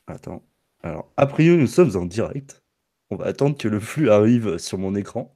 Attends. Alors, a priori, nous sommes en direct. On va attendre que le flux arrive sur mon écran.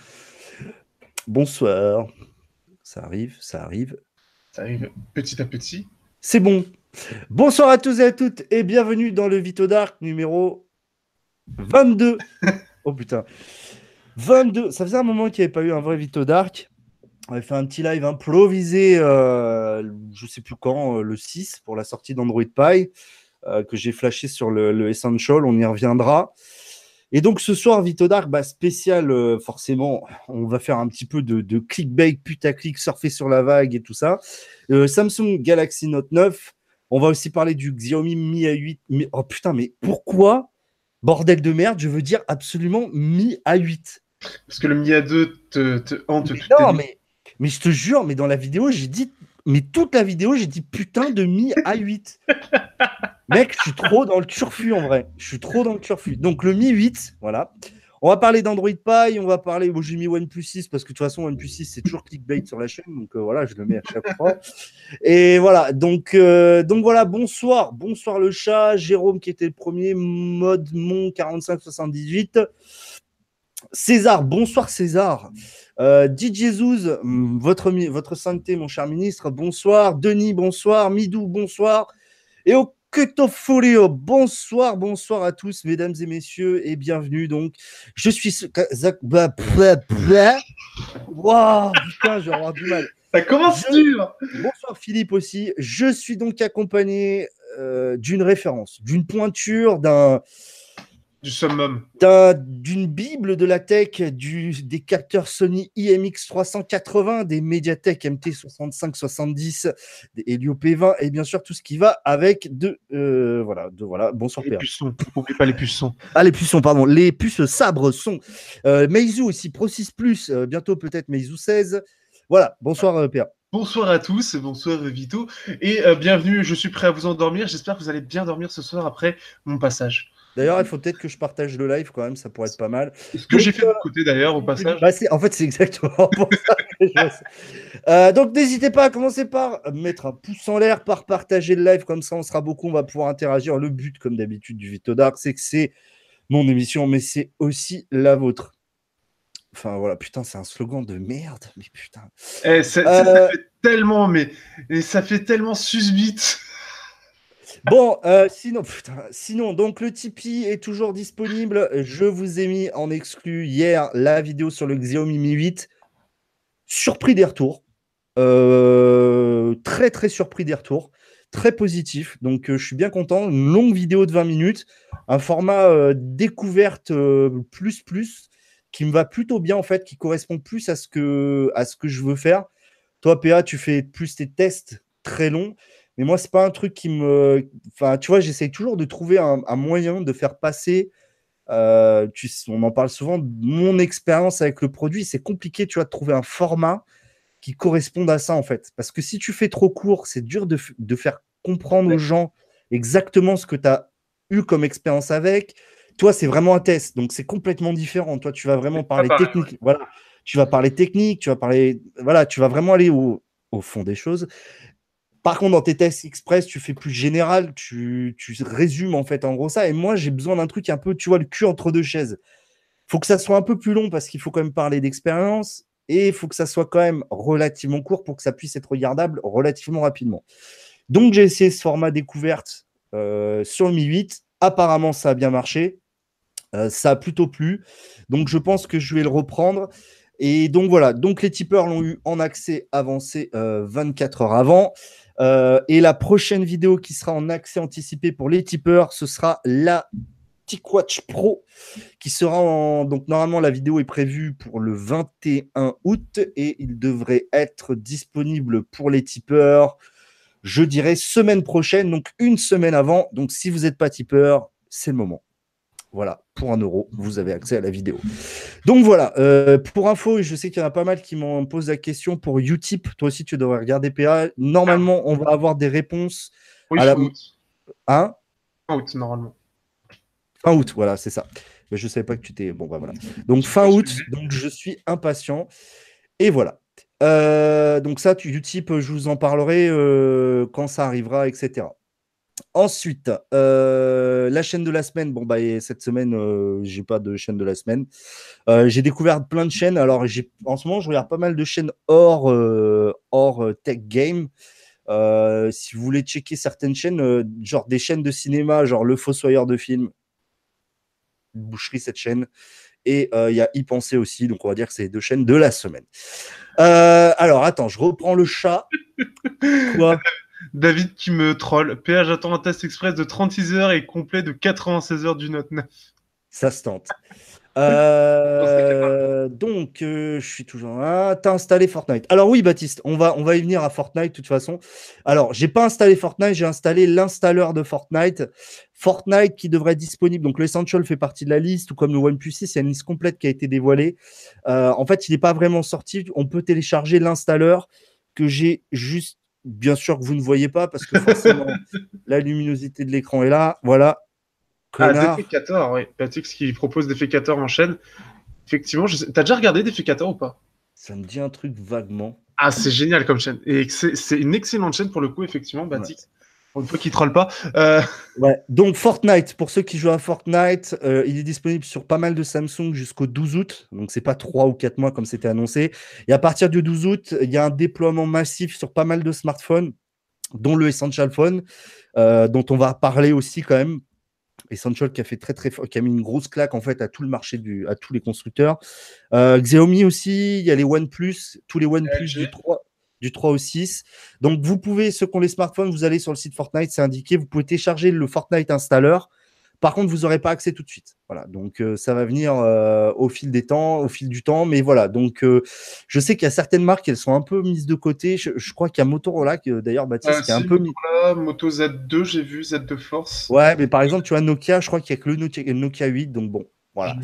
Bonsoir. Ça arrive, ça arrive. Ça arrive petit à petit. C'est bon. Bonsoir à tous et à toutes et bienvenue dans le Vito Dark numéro 22. Oh putain. 22. Ça faisait un moment qu'il n'y avait pas eu un vrai Vito Dark. On avait fait un petit live improvisé, je sais plus quand, le 6 pour la sortie d'Android Pie, que j'ai flashé sur le Essential. On y reviendra. Et donc ce soir, Vito Dark, spécial, forcément, on va faire un petit peu de clickbait, putaclic, surfer sur la vague et tout ça. Samsung Galaxy Note 9. On va aussi parler du Xiaomi Mi A8. Oh putain, mais pourquoi, bordel de merde, je veux dire absolument Mi A8? Parce que le Mia 2 te hante Mais toutes tes non, nuits. mais je te jure, mais dans la vidéo, j'ai dit, mais toute la vidéo, j'ai dit putain de Mi A8. Mec, je suis trop dans le turfu en vrai. Je suis trop dans le turfu. Donc le Mi 8, voilà. On va parler d'Android Pie, on va parler. Bon, j'ai mis OnePlus 6 parce que de toute façon, OnePlus 6, c'est toujours clickbait sur la chaîne. Donc voilà, je le mets à chaque fois. Et voilà. Donc voilà, bonsoir. Bonsoir le chat. Jérôme qui était le premier. Mode Mon 4578. César, bonsoir César. DJ Zouz, votre sainteté, mon cher ministre, bonsoir. Denis, bonsoir. Midou, bonsoir. Et au Folio, bonsoir, bonsoir à tous, mesdames et messieurs, et bienvenue. Donc, je suis. Waouh, putain, je vais avoir du mal. Ça Je... commence dur. Bonsoir Philippe aussi. Je suis donc accompagné d'une référence, d'une pointure, Du summum. d'une bible de la tech, des capteurs Sony IMX 380, des Mediatek MT 6570, des Helio P20 et bien sûr tout ce qui va avec voilà. Bonsoir Les PA. puçons. Oublie pas les puçons. Ah, les puces sont, pardon, les puces sabres sont Meizu aussi, Pro 6 Plus, bientôt peut-être Meizu 16. Voilà, bonsoir PA. Bonsoir à tous, bonsoir Vito. Et bienvenue, je suis prêt à vous endormir. J'espère que vous allez bien dormir ce soir après mon passage. D'ailleurs, il faut peut-être que je partage le live quand même, ça pourrait être pas mal. Ce que Donc, j'ai fait de mon côté d'ailleurs au passage. en fait, c'est exactement pour ça que je vois ça. Donc n'hésitez pas à commencer par mettre un pouce en l'air, par partager le live, comme ça on sera beaucoup, on va pouvoir interagir. Le but, comme d'habitude, du Vito Dark, c'est que c'est mon émission, mais c'est aussi la vôtre. Enfin voilà, putain, c'est un slogan de merde, mais putain. Ça Euh, fait tellement, mais ça fait tellement susbite. bon, sinon, donc le Tipeee est toujours disponible. Je vous ai mis en exclu hier la vidéo sur le Xiaomi Mi 8. Surpris des retours. Très très surpris des retours, très positif. Donc je suis bien content. Une longue vidéo de 20 minutes, un format découverte plus qui me va plutôt bien en fait, qui correspond plus à ce que je veux faire. Toi, PA, tu fais plus tes tests très longs, mais moi c'est pas un truc qui me. Enfin, tu vois, j'essaye toujours de trouver un moyen de faire passer. On en parle souvent. Mon expérience avec le produit, c'est compliqué, tu vois, de trouver un format qui correspondent à ça, en fait. Parce que si tu fais trop court, c'est dur de faire comprendre aux gens exactement ce que tu as eu comme expérience avec. Toi, c'est vraiment un test, donc c'est complètement différent. Toi, tu vas vraiment Pas parler pareil. technique. Voilà, tu vas parler technique, tu vas parler. Voilà, tu vas vraiment aller au fond des choses. Par contre, dans tes tests express, tu fais plus général, tu résumes en fait en gros ça. Et moi, j'ai besoin d'un truc un peu, tu vois, le cul entre deux chaises. Faut que ça soit un peu plus long parce qu'il faut quand même parler d'expérience et il faut que ça soit quand même relativement court pour que ça puisse être regardable relativement rapidement. Donc j'ai essayé ce format découverte sur le Mi 8. Apparemment, ça a bien marché. Ça a plutôt plu. Donc je pense que je vais le reprendre. Et donc voilà, donc les tipeurs l'ont eu en accès avancé 24 heures avant. Et la prochaine vidéo qui sera en accès anticipé pour les tipeurs, ce sera la TicWatch Pro qui sera en. Donc, normalement, la vidéo est prévue pour le 21 août et il devrait être disponible pour les tipeurs, je dirais, semaine prochaine, donc une semaine avant. Donc, si vous n'êtes pas tipeur, c'est le moment. Voilà, pour 1 euro, vous avez accès à la vidéo. Donc voilà, pour info, je sais qu'il y en a pas mal qui m'en posent la question pour Utip. Toi aussi, tu devrais regarder PA. Ah, Normalement, on va avoir des réponses oui, à la. fin août. Hein. Fin août, normalement. Fin août, voilà, c'est ça. Mais je ne savais pas que tu t'es. Bon, bah voilà. Donc Je fin pense août, que donc je suis impatient. Et voilà. Donc ça, Utip, je vous en parlerai quand ça arrivera, etc. Ensuite, la chaîne de la semaine. Bon, bah, et cette semaine, j'ai pas de chaîne de la semaine. J'ai découvert plein de chaînes. Alors, en ce moment, je regarde pas mal de chaînes hors tech game. Si vous voulez checker certaines chaînes, genre des chaînes de cinéma, genre Le Fossoyeur de films, Boucherie, cette chaîne. Et il y a Y penser aussi. Donc, on va dire que c'est les deux chaînes de la semaine. Alors, attends, je reprends le chat. Quoi? David qui me troll. PA, j'attends un test express de 36 heures et complet de 96 heures du Note 9. Ça se tente. Non, t'inquiète pas. Donc, je suis toujours là. T'as installé Fortnite. Alors oui, Baptiste, on va y venir à Fortnite de toute façon. Alors, j'ai pas installé Fortnite, j'ai installé l'installeur de Fortnite. Fortnite qui devrait être disponible. Donc, l'Essential fait partie de la liste, tout comme le OnePlus 6. Il y a une liste complète qui a été dévoilée. En fait, il n'est pas vraiment sorti. On peut télécharger l'installeur que j'ai juste, bien sûr que vous ne voyez pas parce que forcément, la luminosité de l'écran est là. Voilà, Ah, connard. Defecator, oui. Patix qui propose Defecator en chaîne. Effectivement, t'as déjà regardé Defecator ou pas? Ça me dit un truc vaguement. Ah, c'est génial comme chaîne. Et c'est une excellente chaîne pour le coup, effectivement, Ouais. Batix. Pour une fois qu'il troll pas. Euh, Ouais. Donc Fortnite, pour ceux qui jouent à Fortnite, il est disponible sur pas mal de Samsung jusqu'au 12 août. Donc c'est pas 3 ou 4 mois comme c'était annoncé. Et à partir du 12 août, il y a un déploiement massif sur pas mal de smartphones, dont le Essential Phone, dont on va parler aussi quand même. Essential qui a fait très très fort, qui a mis une grosse claque en fait à tout le marché à tous les constructeurs. Xiaomi aussi, il y a les OnePlus, tous les OnePlus LG. du 3 au 6. Donc vous pouvez, ceux qui ont les smartphones, vous allez sur le site Fortnite, c'est indiqué, vous pouvez télécharger le Fortnite installeur. Par contre, vous n'aurez pas accès tout de suite. Voilà, donc ça va venir au fil des temps, au fil du temps. Mais voilà, donc je sais qu'il y a certaines marques, elles sont un peu mises de côté. Je crois qu'il y a Motorola, d'ailleurs, Baptiste, qui est un Si, peu mis. Motorola, Moto Z2, j'ai vu, Z2 Force. Ouais, mais par exemple, tu vois, Nokia, je crois qu'il n'y a que le Nokia 8, donc bon, voilà.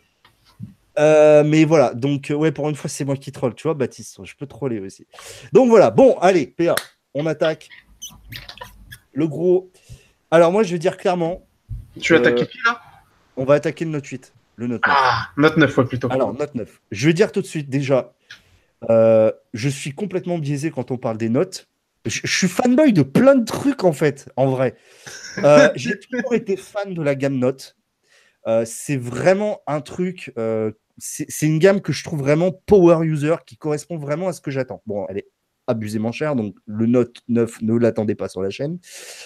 Mais voilà, donc ouais, pour une fois, c'est moi qui troll, tu vois, Baptiste, je peux troller aussi. Donc voilà, bon, allez, PA, on attaque le gros. Alors moi, je vais dire clairement, Tu as attaqué qui là? on va attaquer le Note 8, le Note 9. Ah, Note 9, ouais, plutôt. Alors, Note 9. Je vais dire tout de suite, déjà, je suis complètement biaisé quand on parle des notes. Je suis fanboy de plein de trucs, en fait, en vrai. J'ai toujours été fan de la gamme Note. C'est vraiment un truc, c'est une gamme que je trouve vraiment power user, qui correspond vraiment à ce que j'attends. Bon, elle est abusément chère, donc le Note 9, ne l'attendez pas sur la chaîne.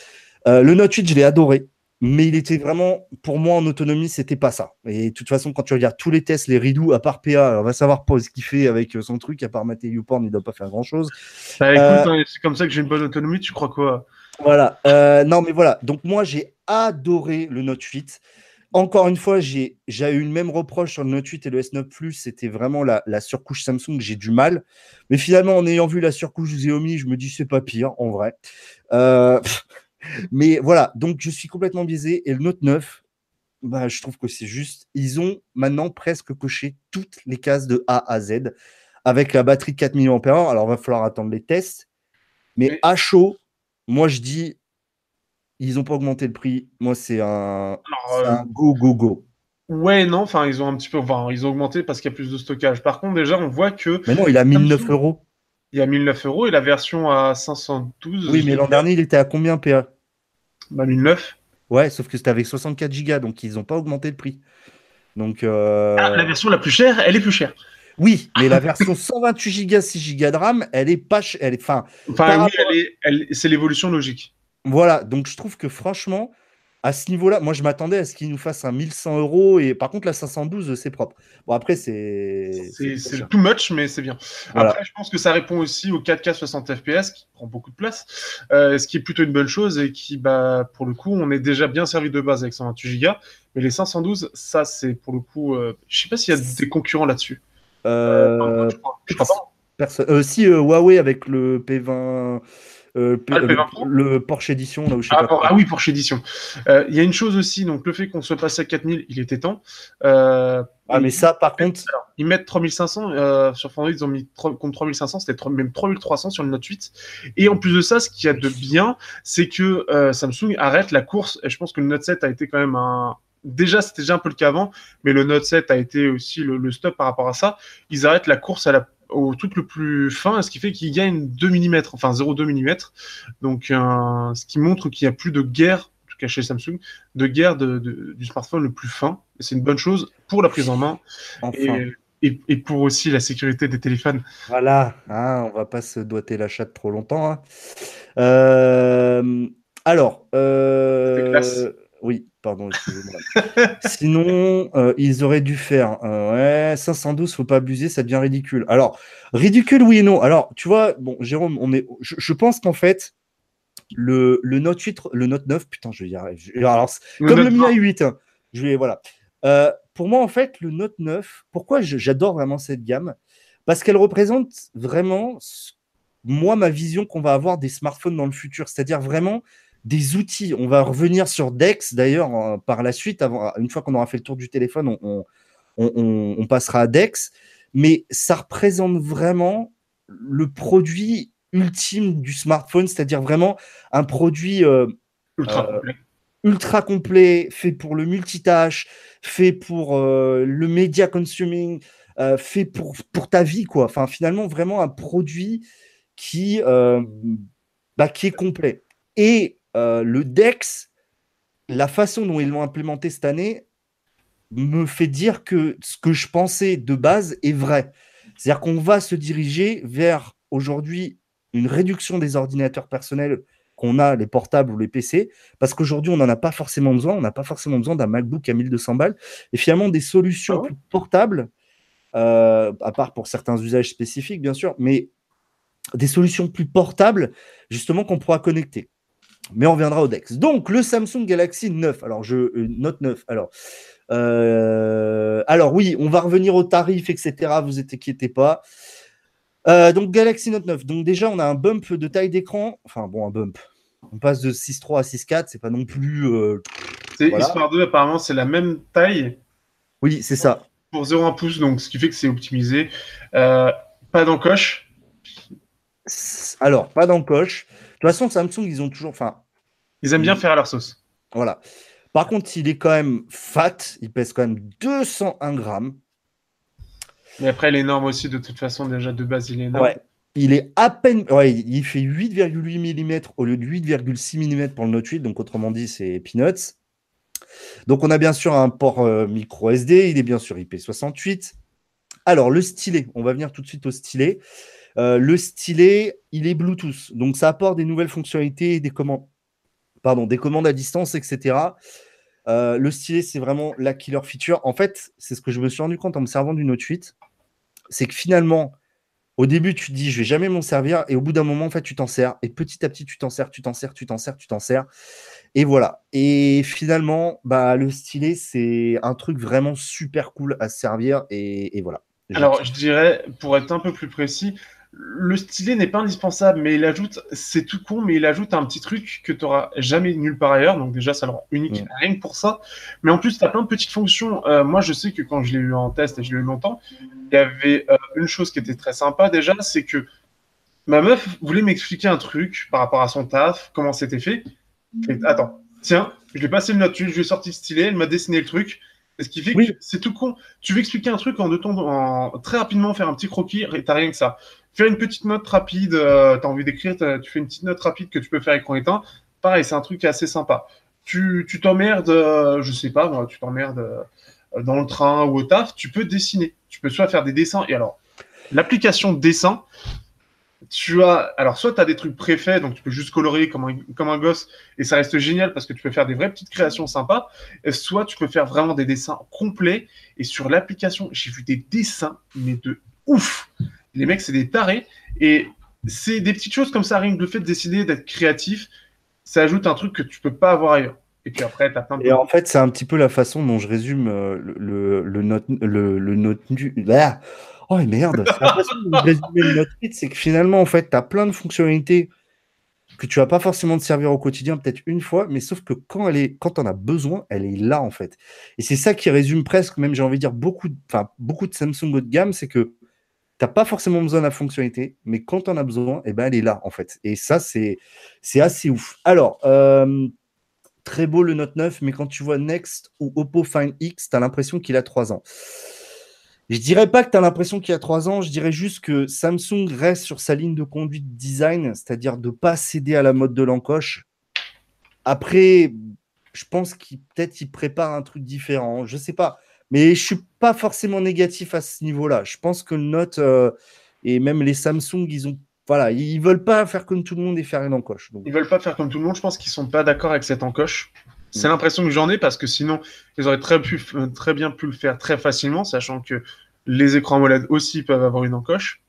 Le Note 8, je l'ai adoré, mais il était vraiment, pour moi, en autonomie, c'était pas ça. Et de toute façon, quand tu regardes tous les tests, les rideaux, à part PA, on va savoir pas ce qu'il fait avec son truc, à part mater YouPorn, il doit pas faire grand-chose. Bah écoute, Euh, hein, c'est comme ça que j'ai une bonne autonomie, tu crois quoi? voilà. Non, mais voilà. Donc, moi, j'ai adoré le Note 8. Encore une fois, j'ai eu le même reproche sur le Note 8 et le S9 Plus, c'était vraiment la surcouche Samsung, j'ai du mal. Mais finalement, en ayant vu la surcouche Xiaomi, je me dis c'est pas pire en vrai. Euh, mais voilà, donc je suis complètement biaisé. Et le Note 9, bah, je trouve que c'est juste, ils ont maintenant presque coché toutes les cases de A à Z avec la batterie de 4 mAh. Alors, il va falloir attendre les tests. Mais Mais à chaud, moi je dis, ils n'ont pas augmenté le prix. Moi, alors, c'est un go, go, go. ouais, non, enfin, ils ont un petit peu, enfin, ils ont augmenté parce qu'il y a plus de stockage. Par contre, déjà, on voit que Mais non, il a 1009 Samsung, euros. il y a 1009 euros et la version à 512 Oui, mais l'an gigas, dernier, il était à combien, PA? bah 1009. Ouais, sauf que c'était avec 64 gigas, donc ils n'ont pas augmenté le prix. Donc, Ah, la version la plus chère, elle est plus chère. oui, mais la version 128 gigas, 6 gigas de RAM, elle est pas elle est, enfin, Enfin, par oui, rapport c'est l'évolution logique. voilà, donc je trouve que franchement, à ce niveau-là, moi je m'attendais à ce qu'il nous fasse un 1100 euros, et par contre, la 512, c'est propre. Bon, après, c'est trop C'est cher. too much, mais c'est bien. Voilà. Après, je pense que ça répond aussi au 4K 60 FPS, qui prend beaucoup de place, ce qui est plutôt une bonne chose et qui, bah, pour le coup, on est déjà bien servi de base avec 128 Go. Mais les 512, ça, c'est pour le coup. Je sais pas s'il y a des concurrents là-dessus. Non, Euh, je crois pas. si Huawei avec le P20, Ah, le P20 Pro? le Porsche Edition, là où je sais pas quoi. Ah oui, Porsche Édition. Il y a une chose aussi, donc le fait qu'on soit passé à 4000, il était temps. Ah, mais ça, par contre, Ils mettent 3500 sur Android, ils ont mis contre 3500, c'était même 3300 sur le Note 8. Et en plus de ça, ce qu'il y a de bien, c'est que Samsung arrête la course. Et je pense que le Note 7 a été quand même un. Déjà, c'était déjà un peu le cas avant, mais le Note 7 a été aussi le stop par rapport à ça. Ils arrêtent la course au truc le plus fin, ce qui fait qu'il gagne 2 mm, enfin 0,2 mm. Donc, ce qui montre qu'il n'y a plus de guerre, en tout cas chez Samsung, de guerre du smartphone le plus fin. Et c'est une bonne chose pour la prise en main Enfin. et, et pour aussi la sécurité des téléphones. Voilà, hein, on va pas se doiter la chatte trop longtemps, hein. Euh, alors, C'est classe. oui, pardon, excusez-moi. Sinon, ils auraient dû faire ouais, 512, faut pas abuser, ça devient ridicule. Alors, ridicule, oui et non. Alors, tu vois, bon, Jérôme, je pense qu'en fait, le Note 8, le Note 9, putain, je vais y arriver. Alors, Le comme le Note Mi 20. A8, hein, voilà. Pour moi, en fait, le Note 9, pourquoi j'adore vraiment cette gamme? Parce qu'elle représente vraiment, moi, ma vision qu'on va avoir des smartphones dans le futur, c'est-à-dire vraiment des outils. On va revenir sur Dex, d'ailleurs, par la suite, une fois qu'on aura fait le tour du téléphone, on passera à Dex, mais ça représente vraiment le produit ultime du smartphone, c'est-à-dire vraiment un produit Ultra euh, complet. ultra complet, fait pour le multitâche, fait pour le media consuming, fait pour ta vie, quoi. Enfin, finalement, vraiment un produit qui est complet. Et le DeX, la façon dont ils l'ont implémenté cette année, me fait dire que ce que je pensais de base est vrai. C'est-à-dire qu'on va se diriger vers aujourd'hui une réduction des ordinateurs personnels qu'on a, les portables ou les PC, parce qu'aujourd'hui, on n'en a pas forcément besoin. On n'a pas forcément besoin d'un MacBook à 1200 balles. Et finalement, des Ah solutions ouais. plus portables, à part pour certains usages spécifiques, bien sûr, mais des solutions plus portables, justement, qu'on pourra connecter. Mais on reviendra au DeX. Donc, le Samsung Galaxy 9, Note 9. Alors oui, on va revenir aux tarifs, etc. Vous inquiétez pas. Donc Galaxy Note 9. Donc déjà, on a un bump de taille d'écran. Enfin bon, un bump. On passe de 6,3 à 6,4. C'est pas non plus. C'est Voilà. Histoire 2, apparemment, c'est la même taille Oui, c'est ça. pour 0,1 pouce, donc ce qui fait que c'est optimisé. Euh, Pas d'encoche. Alors, pas d'encoche. De toute façon, Samsung, ils ont toujours. Enfin, Ils aiment bien ils- faire à leur sauce. voilà. Par contre, il est quand même fat. Il pèse quand même 201 grammes. Mais après, il est énorme aussi, de toute façon, déjà de base, il est énorme. Ouais. Il est à peine. Ouais, il fait 8,8 mm au lieu de 8,6 mm pour le Note 8. Donc, autrement dit, c'est peanuts. Donc, on a bien sûr un port micro SD. Il est bien sûr IP68. Alors, le stylet. On va venir tout de suite au stylet. Le stylet, il est Bluetooth. Donc, ça apporte des nouvelles fonctionnalités, des commandes à distance, etc. Le stylet, c'est vraiment la killer feature. En fait, c'est ce que je me suis rendu compte en me servant du Note 8. C'est que finalement, au début, tu te dis, je vais jamais m'en servir. Et au bout d'un moment, en fait, tu t'en sers. Et petit à petit, tu t'en sers, tu t'en sers, tu t'en sers, tu t'en sers. Et voilà. Et finalement, bah, le stylet, c'est un truc vraiment super cool à se servir. Et voilà. Je Alors, je kiffe. dirais, pour être un peu plus précis, le stylet n'est pas indispensable, mais il ajoute, c'est tout con, mais il ajoute un petit truc que tu n'auras jamais nulle part ailleurs. Donc déjà, ça le rend unique, Mm. rien que pour ça. Mais en plus, tu as plein de petites fonctions. Moi, je sais que quand je l'ai eu en test, et je l'ai eu longtemps, il y avait une chose qui était très sympa déjà, c'est que ma meuf voulait m'expliquer un truc par rapport à son taf, comment c'était fait. Attends, tiens, je lui ai passé le note, je lui ai sorti le stylet, elle m'a dessiné le truc. Et ce qui fait que Oui, c'est tout con. Tu veux expliquer un truc en deux temps, très rapidement, faire un petit croquis, t'as rien que ça. Faire une petite note rapide, t'as envie d'écrire, tu fais une petite note rapide que tu peux faire écran éteint. Pareil, c'est un truc assez sympa. Tu t'emmerdes, je sais pas, moi, tu t'emmerdes dans le train ou au taf, tu peux dessiner. Tu peux soit faire des dessins. Et alors, l'application de dessin, alors soit tu as des trucs préfaits, donc tu peux juste colorer comme un gosse, et ça reste génial parce que tu peux faire des vraies petites créations sympas, et soit tu peux faire vraiment des dessins complets, et sur l'application, j'ai vu des dessins, mais de ouf. Les mecs, c'est des tarés, et c'est des petites choses comme ça, rien que le fait de décider d'être créatif, ça ajoute un truc que tu peux pas avoir ailleurs. Et puis après, tu as plein de et en bonus. fait, c'est un petit peu la façon dont je résume le note Ah oh merde, c'est la façon dont je résumais le Note 8, c'est que finalement, en fait, tu as plein de fonctionnalités que tu vas pas forcément te servir au quotidien, peut-être une fois, mais sauf que quand on a besoin, elle est là, en fait. Et c'est ça qui résume presque, même j'ai envie de dire, beaucoup de Samsung haut de gamme, c'est que tu n'as pas forcément besoin de la fonctionnalité, mais quand on a besoin, eh ben, elle est là, en fait. Et ça, c'est assez ouf. Alors, très beau le Note 9, mais quand tu vois Next ou Oppo Find X, tu as l'impression qu'il a 3 ans. Je dirais pas que tu as l'impression qu'il y a 3 ans, je dirais juste que Samsung reste sur sa ligne de conduite design, c'est-à-dire de ne pas céder à la mode de l'encoche. Après, je pense qu'il peut-être il prépare un truc différent, je sais pas. Mais je suis pas forcément négatif à ce niveau-là. Je pense que le Note et même les Samsung, voilà, ils veulent pas faire comme tout le monde et faire une encoche. Donc, Ils veulent pas faire comme tout le monde. Je pense qu'ils sont pas d'accord avec cette encoche. C'est mm. l'impression que j'en ai parce que sinon, ils auraient très bien pu le faire très facilement, sachant que les écrans AMOLED aussi peuvent avoir une encoche.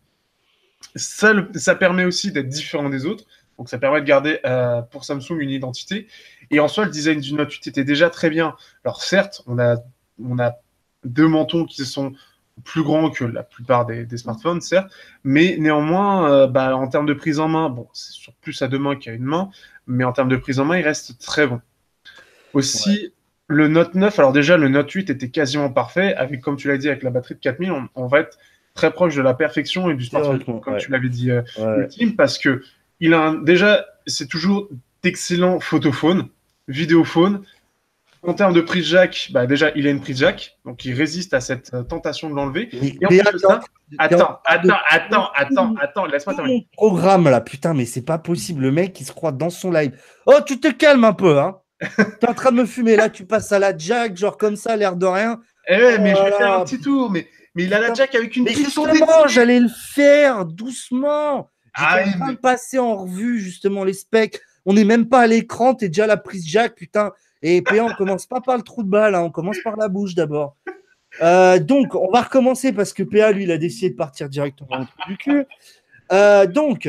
Ça permet aussi d'être différent des autres. Donc, ça permet de garder pour Samsung une identité. Et en soi, le design du Note 8 était déjà très bien. Alors, certes, on a deux mentons qui sont plus grands que la plupart des smartphones, certes, mais néanmoins, en termes de prise en main, bon, c'est sur plus à deux mains qu'à une main, mais en termes de prise en main, il reste très bon. Ouais. Aussi, le Note 9, alors déjà, le Note 8 était quasiment parfait, avec, comme tu l'as dit, avec la batterie de 4000, on va être très proche de la perfection et du smartphone, comme Ouais. tu l'avais dit, Ouais. ultime, parce que déjà, c'est toujours d'excellents photophones, vidéophones. En termes de prise jack, déjà, il a une prise jack, donc il résiste à cette tentation de l'enlever. Et en Mais plus de ça, t'es en train de laisse-moi tout terminer. mon programme là, putain, mais c'est pas possible. Le mec, il se croit dans son live. Oh, tu te calmes un peu, hein. T'es en train de me fumer là, tu passes à la jack, genre comme ça, l'air de rien. Eh ouais, Oh mais je là vais faire un là, petit tour, mais il a la putain. jack avec une Mais piston justement, dédiée. j'allais le faire doucement. J'étais Ah en oui, train mais de passer en revue justement les specs. On n'est même pas à l'écran, t'es déjà à la prise jack, putain. Et puis on commence pas par le trou de balle, hein, on commence par la bouche d'abord. Donc, on va recommencer parce que PA, lui, il a décidé de partir directement au trou du cul. Donc,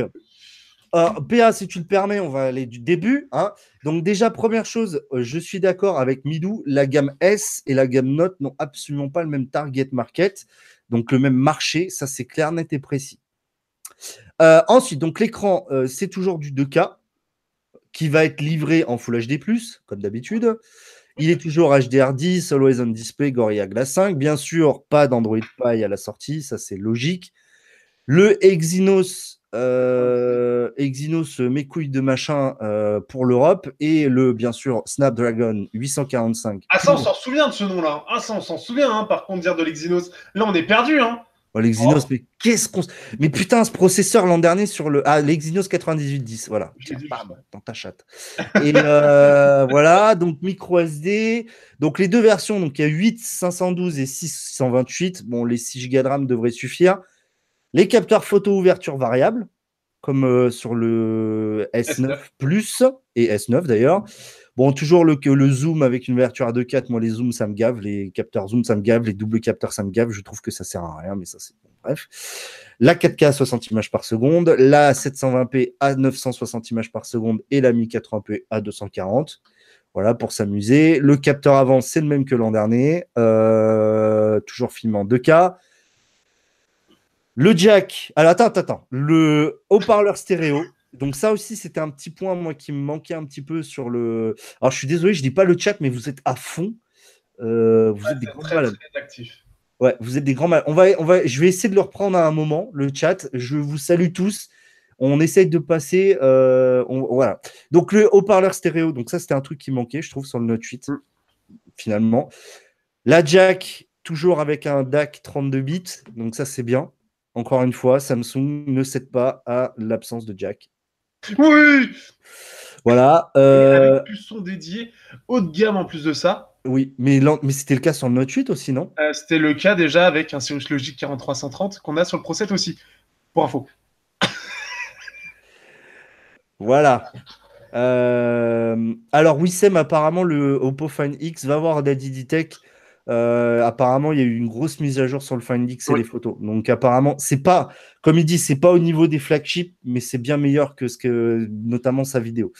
PA, si tu le permets, on va aller du début, hein. Donc, déjà, première chose, je suis d'accord avec Midou, la gamme S et la gamme Note n'ont absolument pas le même target market, donc le même marché, ça c'est clair, net et précis. Ensuite, donc l'écran, c'est toujours du 2K qui va être livré en Full HD+, comme d'habitude. Il est toujours HDR10, Always on Display, Gorilla Glass 5. Bien sûr, pas d'Android Pie à la sortie, ça c'est logique. Le Exynos mes couilles de machin pour l'Europe et le, bien sûr, Snapdragon 845 ah, ça, on pour s'en souvient de ce nom-là. Ah, ça, on s'en souvient, hein, par contre, dire de l'Exynos. Là, on est perdu, hein. l'Exynos. Oh, Mais qu'est-ce qu'on. Mais putain, ce processeur l'an dernier sur le. Ah, l'Exynos 9810, voilà. je l'ai Tiens, dit juste. bam, dans ta chatte. Et voilà, donc micro SD. Donc les deux versions, donc il y a 8 512 et 628. Bon, les 6 Go de RAM devraient suffire. Les capteurs photo ouverture variable, comme sur le S9. S9 Plus et S9 d'ailleurs. Bon, toujours le zoom avec une ouverture à 2.4. Moi, les zooms, ça me gave. Les capteurs zoom, ça me gave. Les doubles capteurs, ça me gave. Je trouve que ça sert à rien, mais ça, c'est bon. Bref. La 4K à 60 images par seconde, la 720p à 960 images par seconde et la 1080p à 240. Voilà, pour s'amuser. Le capteur avant, c'est le même que l'an dernier. Toujours filmé en 2K. Le jack. Alors, attends. Le haut-parleur stéréo. Donc, ça aussi, c'était un petit point, moi, qui me manquait un petit peu sur le. Alors, je suis désolé, je dis pas le chat, mais vous êtes à fond. Vous Ouais, êtes des c'est grands très, malades. très actif. Ouais, vous êtes des grands malades. Je vais essayer de le reprendre à un moment, le chat. Je vous salue tous. On essaye de passer. Voilà. Donc, le haut-parleur stéréo. Donc, ça, c'était un truc qui manquait, je trouve, sur le Note 8, finalement. La jack, toujours avec un DAC 32 bits. Donc, ça, c'est bien. Encore une fois, Samsung ne cède pas à l'absence de jack. Oui. Voilà. Et avec plus son dédié, haut de gamme en plus de ça. Oui, mais c'était le cas sur le Note 8 aussi, non? C'était le cas déjà avec un Cirrus Logic 4330 qu'on a sur le Pro 7 aussi, pour info. Voilà. Alors, Wissem, apparemment, le Oppo Find X va avoir Daddy Tech. Apparemment, il y a eu une grosse mise à jour sur le Find X et Oui. les photos. Donc, apparemment, c'est pas, comme il dit, c'est pas au niveau des flagships, mais c'est bien meilleur que notamment sa vidéo.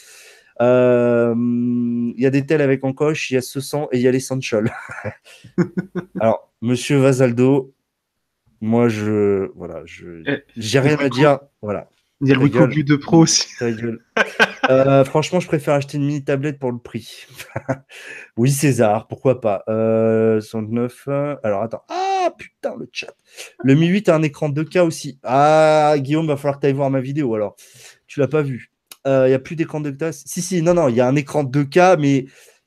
Il y a des tels avec encoche, il y a ce sang et il y a l'essential. Alors, Monsieur Vasaldo, moi, voilà, j'ai rien à dire. Voilà. Il y a le Ta gueule, Wikogu 2 Pro aussi. ta gueule. Franchement, je préfère acheter une mini tablette pour le prix. Oui, César, pourquoi pas. 69. Alors, attends. Ah, putain, le chat. Le Mi 8 a un écran 2K aussi. Ah, Guillaume, va falloir que tu ailles voir ma vidéo alors. Tu l'as pas vu. Il n'y a plus d'écran 2K. Si, non, il y a un écran 2K, mais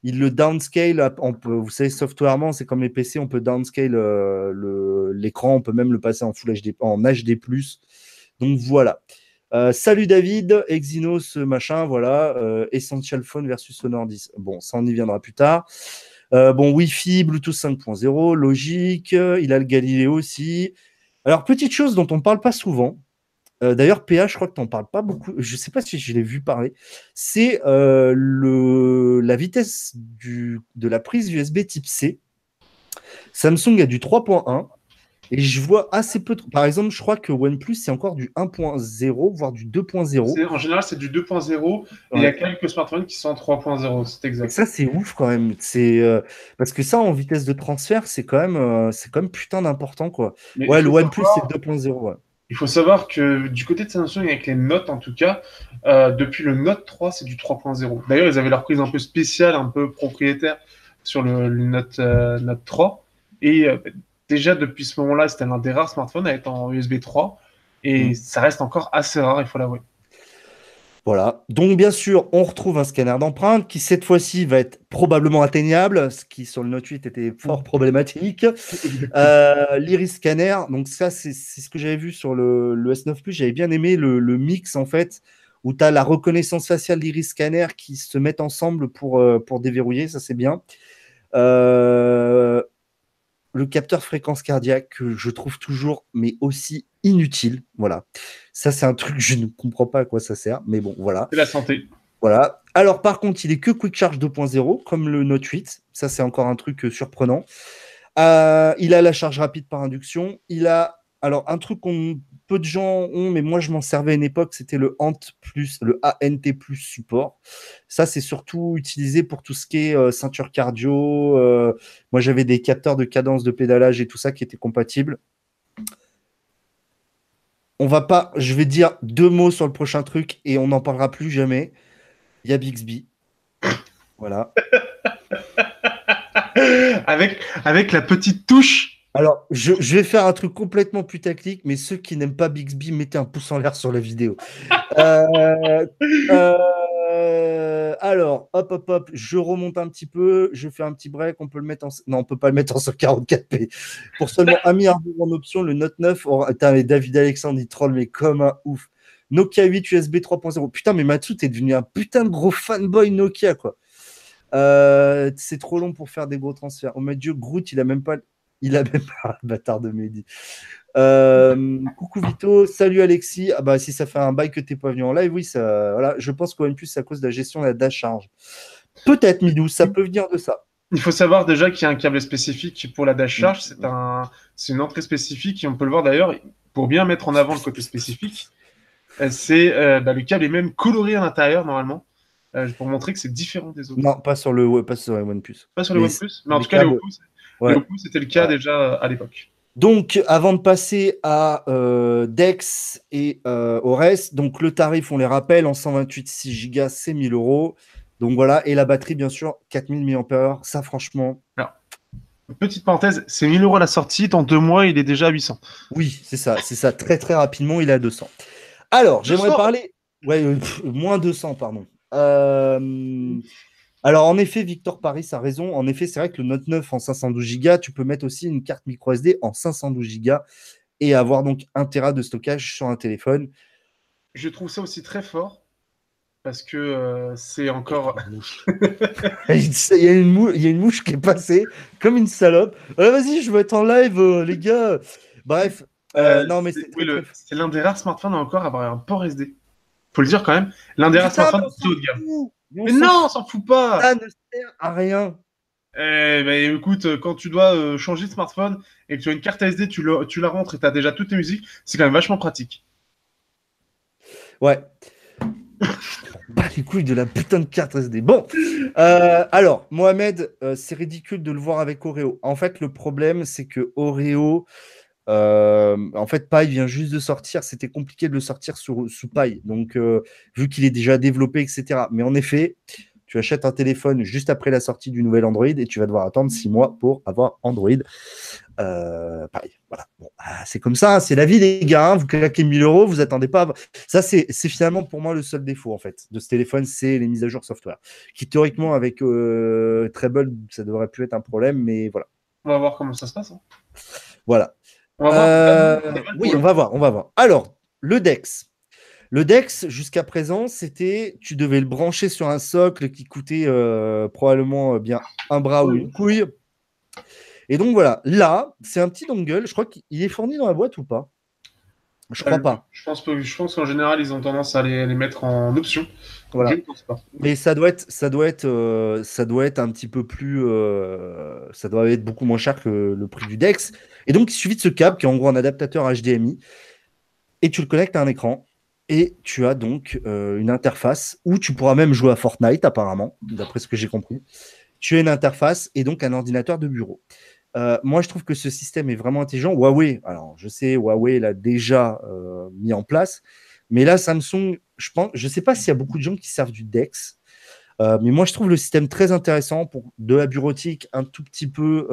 il le downscale. Vous savez, softwarement, c'est comme les PC, on peut downscale l'écran, on peut même le passer en Full HD, en HD+. Donc voilà. Salut David, Exynos, machin, voilà. Essential Phone versus Honor 10. Bon, ça on y viendra plus tard. Bon, Wi-Fi, Bluetooth 5.0, logique. Il a le Galileo aussi. Alors, petite chose dont on ne parle pas souvent. D'ailleurs, PA, je crois que tu n'en parles pas beaucoup. Je ne sais pas si je l'ai vu parler. C'est la vitesse de la prise USB type C. Samsung a du 3.1. Et je vois assez peu. Par exemple, je crois que OnePlus, c'est encore du 1.0, voire du 2.0. En général, c'est du 2.0. Et il y a quelques smartphones qui sont en 3.0. C'est exact. Et ça, c'est ouf quand même. Parce que ça, en vitesse de transfert, c'est quand même putain d'important, quoi. Mais Ouais, le OnePlus, c'est 2.0. Ouais. Il faut savoir que du côté de Samsung, avec les Note en tout cas, depuis le Note 3, c'est du 3.0. D'ailleurs, ils avaient leur prise un peu spéciale, un peu propriétaire sur le Note 3. Et déjà, depuis ce moment-là, c'était l'un des rares smartphones à être en USB 3. Et ça reste encore assez rare, il faut l'avouer. Voilà. Donc, bien sûr, on retrouve un scanner d'empreinte qui, cette fois-ci, va être probablement atteignable, ce qui, sur le Note 8, était fort problématique. L'iris scanner, donc ça, c'est ce que j'avais vu sur le S9 Plus. J'avais bien aimé le mix, en fait, où tu as la reconnaissance faciale, l'iris scanner qui se mettent ensemble pour déverrouiller. Ça, c'est bien. Le capteur fréquence cardiaque que je trouve toujours, mais aussi inutile. Voilà. Ça, c'est un truc, je ne comprends pas à quoi ça sert, mais bon, voilà. C'est la santé. Voilà. Alors, par contre, il est que Quick Charge 2.0, comme le Note 8. Ça, c'est encore un truc surprenant. Il a la charge rapide par induction. Il a, alors, un truc qu'on peu de gens ont, mais moi, je m'en servais à une époque, c'était le ANT+, le ANT+ support. Ça, c'est surtout utilisé pour tout ce qui est ceinture cardio. Moi, j'avais des capteurs de cadence de pédalage et tout ça qui étaient compatibles. On va pas, je vais dire 2 mots sur le prochain truc et on n'en parlera plus jamais. Il y a Bixby. Voilà. avec la petite touche. Alors, je vais faire un truc complètement putaclic, mais ceux qui n'aiment pas Bixby, mettez un pouce en l'air sur la vidéo. Alors, hop, je remonte un petit peu, je fais un petit break, on peut le mettre en... Non, on peut pas le mettre en 144p. Pour seulement 1 milliard d'euros en option, le Note 9, David Alexandre, il troll, mais comme un ouf. Nokia 8 USB 3.0. Putain, mais Matsu, t'es devenu un putain de gros fanboy Nokia, quoi. C'est trop long pour faire des gros transferts. Oh mon Dieu, Groot, il a même pas le bâtard de Mehdi. Coucou Vito, salut Alexis. Ah bah si ça fait un bail que t'es pas venu en live, oui, ça, voilà. Je pense qu'au plus c'est à cause de la gestion de la dash charge. Peut-être Midou, ça peut venir de ça. Il faut savoir déjà qu'il y a un câble spécifique pour la dash charge. C'est une entrée spécifique et on peut le voir d'ailleurs pour bien mettre en avant le côté spécifique. Le câble est même coloré à l'intérieur normalement. Pour montrer que c'est différent des autres. Non, pas sur les OnePlus. Pas sur les OnePlus, mais en tout cas, les Oppo, c'était le cas déjà à l'époque. Donc, avant de passer à Dex et au reste, donc le tarif, on les rappelle, en 128 6 Go, c'est 1000 euros. Donc voilà, et la batterie, bien sûr, 4000 mAh. Ça, franchement. Alors, petite parenthèse, c'est 1000 euros à la sortie. Dans 2 mois, il est déjà à 800. Oui, c'est ça. Très, très rapidement, il est à 200. Alors, j'aimerais parler. Ouais, moins 200, pardon. Alors, en effet, Victor Paris a raison. En effet, c'est vrai que le Note 9 en 512 Go, tu peux mettre aussi une carte micro SD en 512 Go et avoir donc 1 Tera de stockage sur un téléphone. Je trouve ça aussi très fort parce que c'est encore. Il y a une mouche qui est passée comme une salope. Vas-y, je vais être en live, les gars. Bref. Non, mais c'est l'un des rares smartphones encore à avoir un port SD. Faut le dire quand même. L'un des rares smartphones tout haut de gamme. Mais non, on s'en fout pas. Ça ne sert à rien. Écoute, quand tu dois changer de smartphone et que tu as une carte SD, tu la rentres et tu as déjà toutes tes musiques, c'est quand même vachement pratique. Ouais. Bah les couilles de la putain de carte SD. Bon, alors, Mohamed, c'est ridicule de le voir avec Oreo. En fait, le problème, c'est que Oreo, en fait, Pi vient juste de sortir. C'était compliqué de le sortir sous Pi. Donc, vu qu'il est déjà développé, etc. Mais en effet, Tu achètes un téléphone juste après la sortie du nouvel Android et tu vas devoir attendre 6 mois pour avoir Android. Pareil, voilà. Bon, c'est comme ça, c'est la vie, les gars. Hein. Vous claquez 1000 euros, vous attendez pas. Ça, c'est finalement pour moi le seul défaut en fait de ce téléphone, c'est les mises à jour software. Qui théoriquement, avec Treble, ça devrait plus être un problème, mais voilà. On va voir comment ça se passe. Hein. Voilà. On va voir. Oui, on va voir, on va voir. Alors, le DeX. Le DeX, jusqu'à présent, c'était, tu devais le brancher sur un socle qui coûtait probablement bien un bras ou une couille. Et donc voilà, là, c'est un petit dongle. Je crois qu'il est fourni dans la boîte ou pas? Je crois pas. Je pense qu'en général, ils ont tendance à les mettre en option. Voilà. Je ne pense pas. Mais ça doit être un petit peu plus, ça doit être beaucoup moins cher que le prix du DeX. Et donc, il suffit de ce câble qui est en gros un adaptateur HDMI et tu le connectes à un écran. Et tu as donc une interface où tu pourras même jouer à Fortnite, apparemment, d'après ce que j'ai compris. Tu as une interface et donc un ordinateur de bureau. Moi, je trouve que ce système est vraiment intelligent. Huawei, alors je sais, Huawei l'a déjà mis en place, mais là, Samsung, je ne sais pas s'il y a beaucoup de gens qui servent du DeX, mais moi, je trouve le système très intéressant pour de la bureautique, un tout petit peu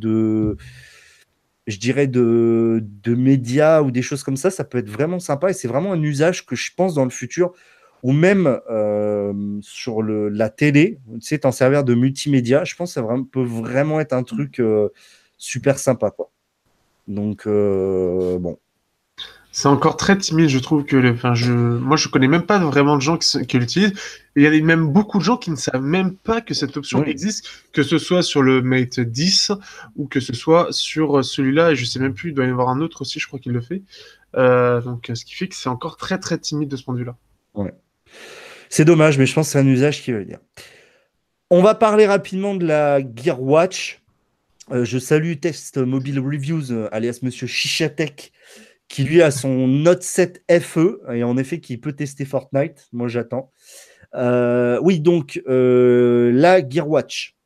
je dirais, de médias ou des choses comme ça. Ça peut être vraiment sympa et c'est vraiment un usage que je pense dans le futur ou même sur la télé, tu sais, t'en servir de multimédia, je pense que ça peut vraiment être un truc super sympa, quoi. Donc, bon. C'est encore très timide, je trouve que moi je connais même pas vraiment de gens qui l'utilisent. Il y a même beaucoup de gens qui ne savent même pas que cette option existe, que ce soit sur le Mate 10 ou que ce soit sur celui-là. Et je sais même plus, il doit y en avoir un autre aussi, je crois qu'il le fait. Donc, ce qui fait que c'est encore très très timide de ce point de vue-là. Ouais. C'est dommage, mais je pense que c'est un usage qui va venir. On va parler rapidement de la Gear Watch. Je salue Test Mobile Reviews, alias Monsieur Chichatek, qui lui a son Note 7 FE, et en effet qui peut tester Fortnite. Moi, j'attends. Oui, donc, la Gear Watch.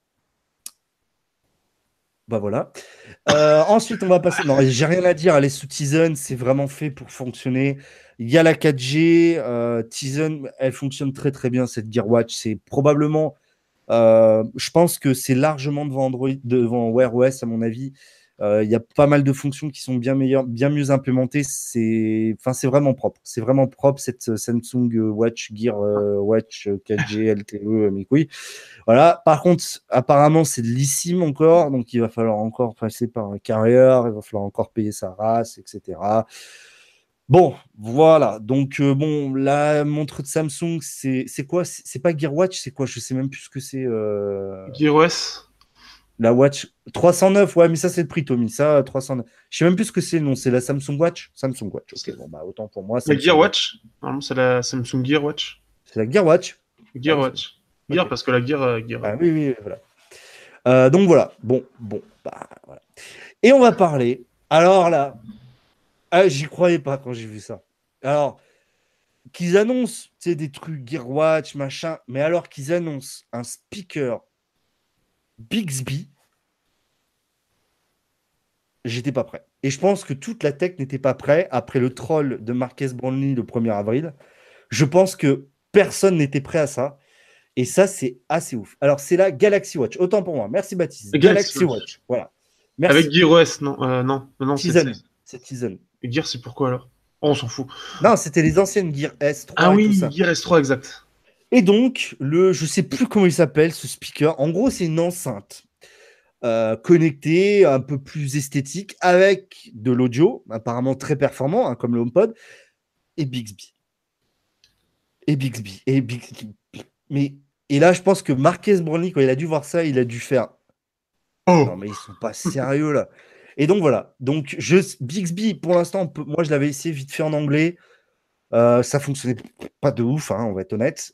Bah voilà. Ensuite, on va passer. Non, j'ai rien à dire. Elle est sous Tizen. C'est vraiment fait pour fonctionner. Il y a la 4G. Tizen, elle fonctionne très très bien, cette Gear Watch. C'est probablement. Je pense que c'est largement devant Android, devant Wear OS, à mon avis. Il y a pas mal de fonctions qui sont bien meilleures, bien mieux implémentées. C'est vraiment propre. C'est vraiment propre, cette Samsung Watch Gear Watch 4G LTE, mes couilles. Voilà. Par contre, apparemment, c'est de l'eSIM encore, donc il va falloir encore passer par un carrier, il va falloir encore payer sa race, etc. Bon, voilà. Donc, bon, la montre de Samsung, c'est quoi? C'est pas Gear Watch, c'est quoi? Je sais même plus ce que c'est. Gear OS. La Watch 309, ouais, mais ça, c'est le prix, Tommy. Ça, 309. Je sais même plus ce que c'est le nom. C'est la Samsung Watch? Samsung Watch. Ok, bon, bah, autant pour moi. La Gear Watch. Normalement, c'est la Samsung Gear Watch. C'est la Gear Watch. Gear Watch. Gear, okay. Parce que la Gear. Ah, oui, oui, voilà. Donc, voilà. Bon, bah, voilà. Et on va parler. Alors là, j'y croyais pas quand j'ai vu ça. Alors, qu'ils annoncent des trucs Gear Watch, machin, mais alors qu'ils annoncent un speaker Bixby, j'étais pas prêt. Et je pense que toute la tech n'était pas prête après le troll de Marques Brownlee le 1er avril. Je pense que personne n'était prêt à ça. Et ça, c'est assez ouf. Alors, c'est la Galaxy Watch. Autant pour moi. Merci, Baptiste. Galaxy Watch. Voilà. Merci. Avec Gear OS, non. Non, Tizen. C'est Tizen. Et Gear, c'est pourquoi alors? Oh, on s'en fout. Non, c'était les anciennes Gear S3. Ah oui, tout ça. Gear S3, exact. Et donc, je sais plus comment il s'appelle, ce speaker. En gros, c'est une enceinte connectée, un peu plus esthétique, avec de l'audio, apparemment très performant, hein, comme le HomePod, et Bixby. Et là, je pense que Marques Brownlee, quand il a dû voir ça, il a dû faire « Non, mais ils sont pas sérieux, là !» Et donc, voilà. Donc, Bixby, pour l'instant, moi, je l'avais essayé vite fait en anglais. Ça fonctionnait pas de ouf, hein, on va être honnête.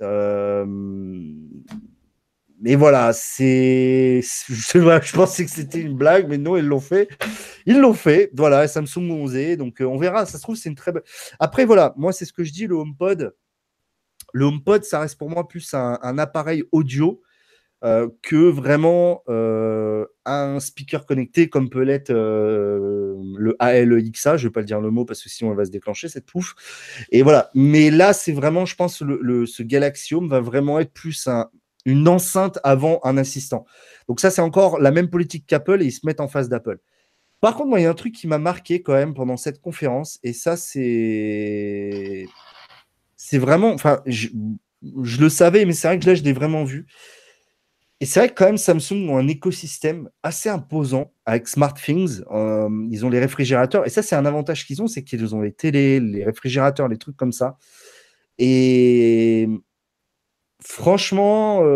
Mais voilà, je pensais que c'était une blague, mais non, ils l'ont fait. Ils l'ont fait. Voilà, Samsung ont osé. Donc, on verra. Ça se trouve, c'est une très belle. Après, voilà, moi, c'est ce que je dis, le HomePod. Le HomePod, ça reste pour moi plus un appareil audio que vraiment un speaker connecté comme peut l'être le ALEXA. Je ne vais pas le dire le mot parce que sinon elle va se déclencher cette pouffe. Et voilà. Mais là, c'est vraiment, je pense, ce Galaxy Home va vraiment être plus une enceinte avant un assistant. Donc ça, c'est encore la même politique qu'Apple et ils se mettent en face d'Apple. Par contre, moi, il y a un truc qui m'a marqué quand même pendant cette conférence, et ça, c'est vraiment, enfin, je le savais, mais c'est vrai que là, je l'ai vraiment vu. Et c'est vrai que quand même, Samsung ont un écosystème assez imposant avec SmartThings. Ils ont les réfrigérateurs, et ça, c'est un avantage qu'ils ont, c'est qu'ils ont les télés, les réfrigérateurs, les trucs comme ça. Et franchement,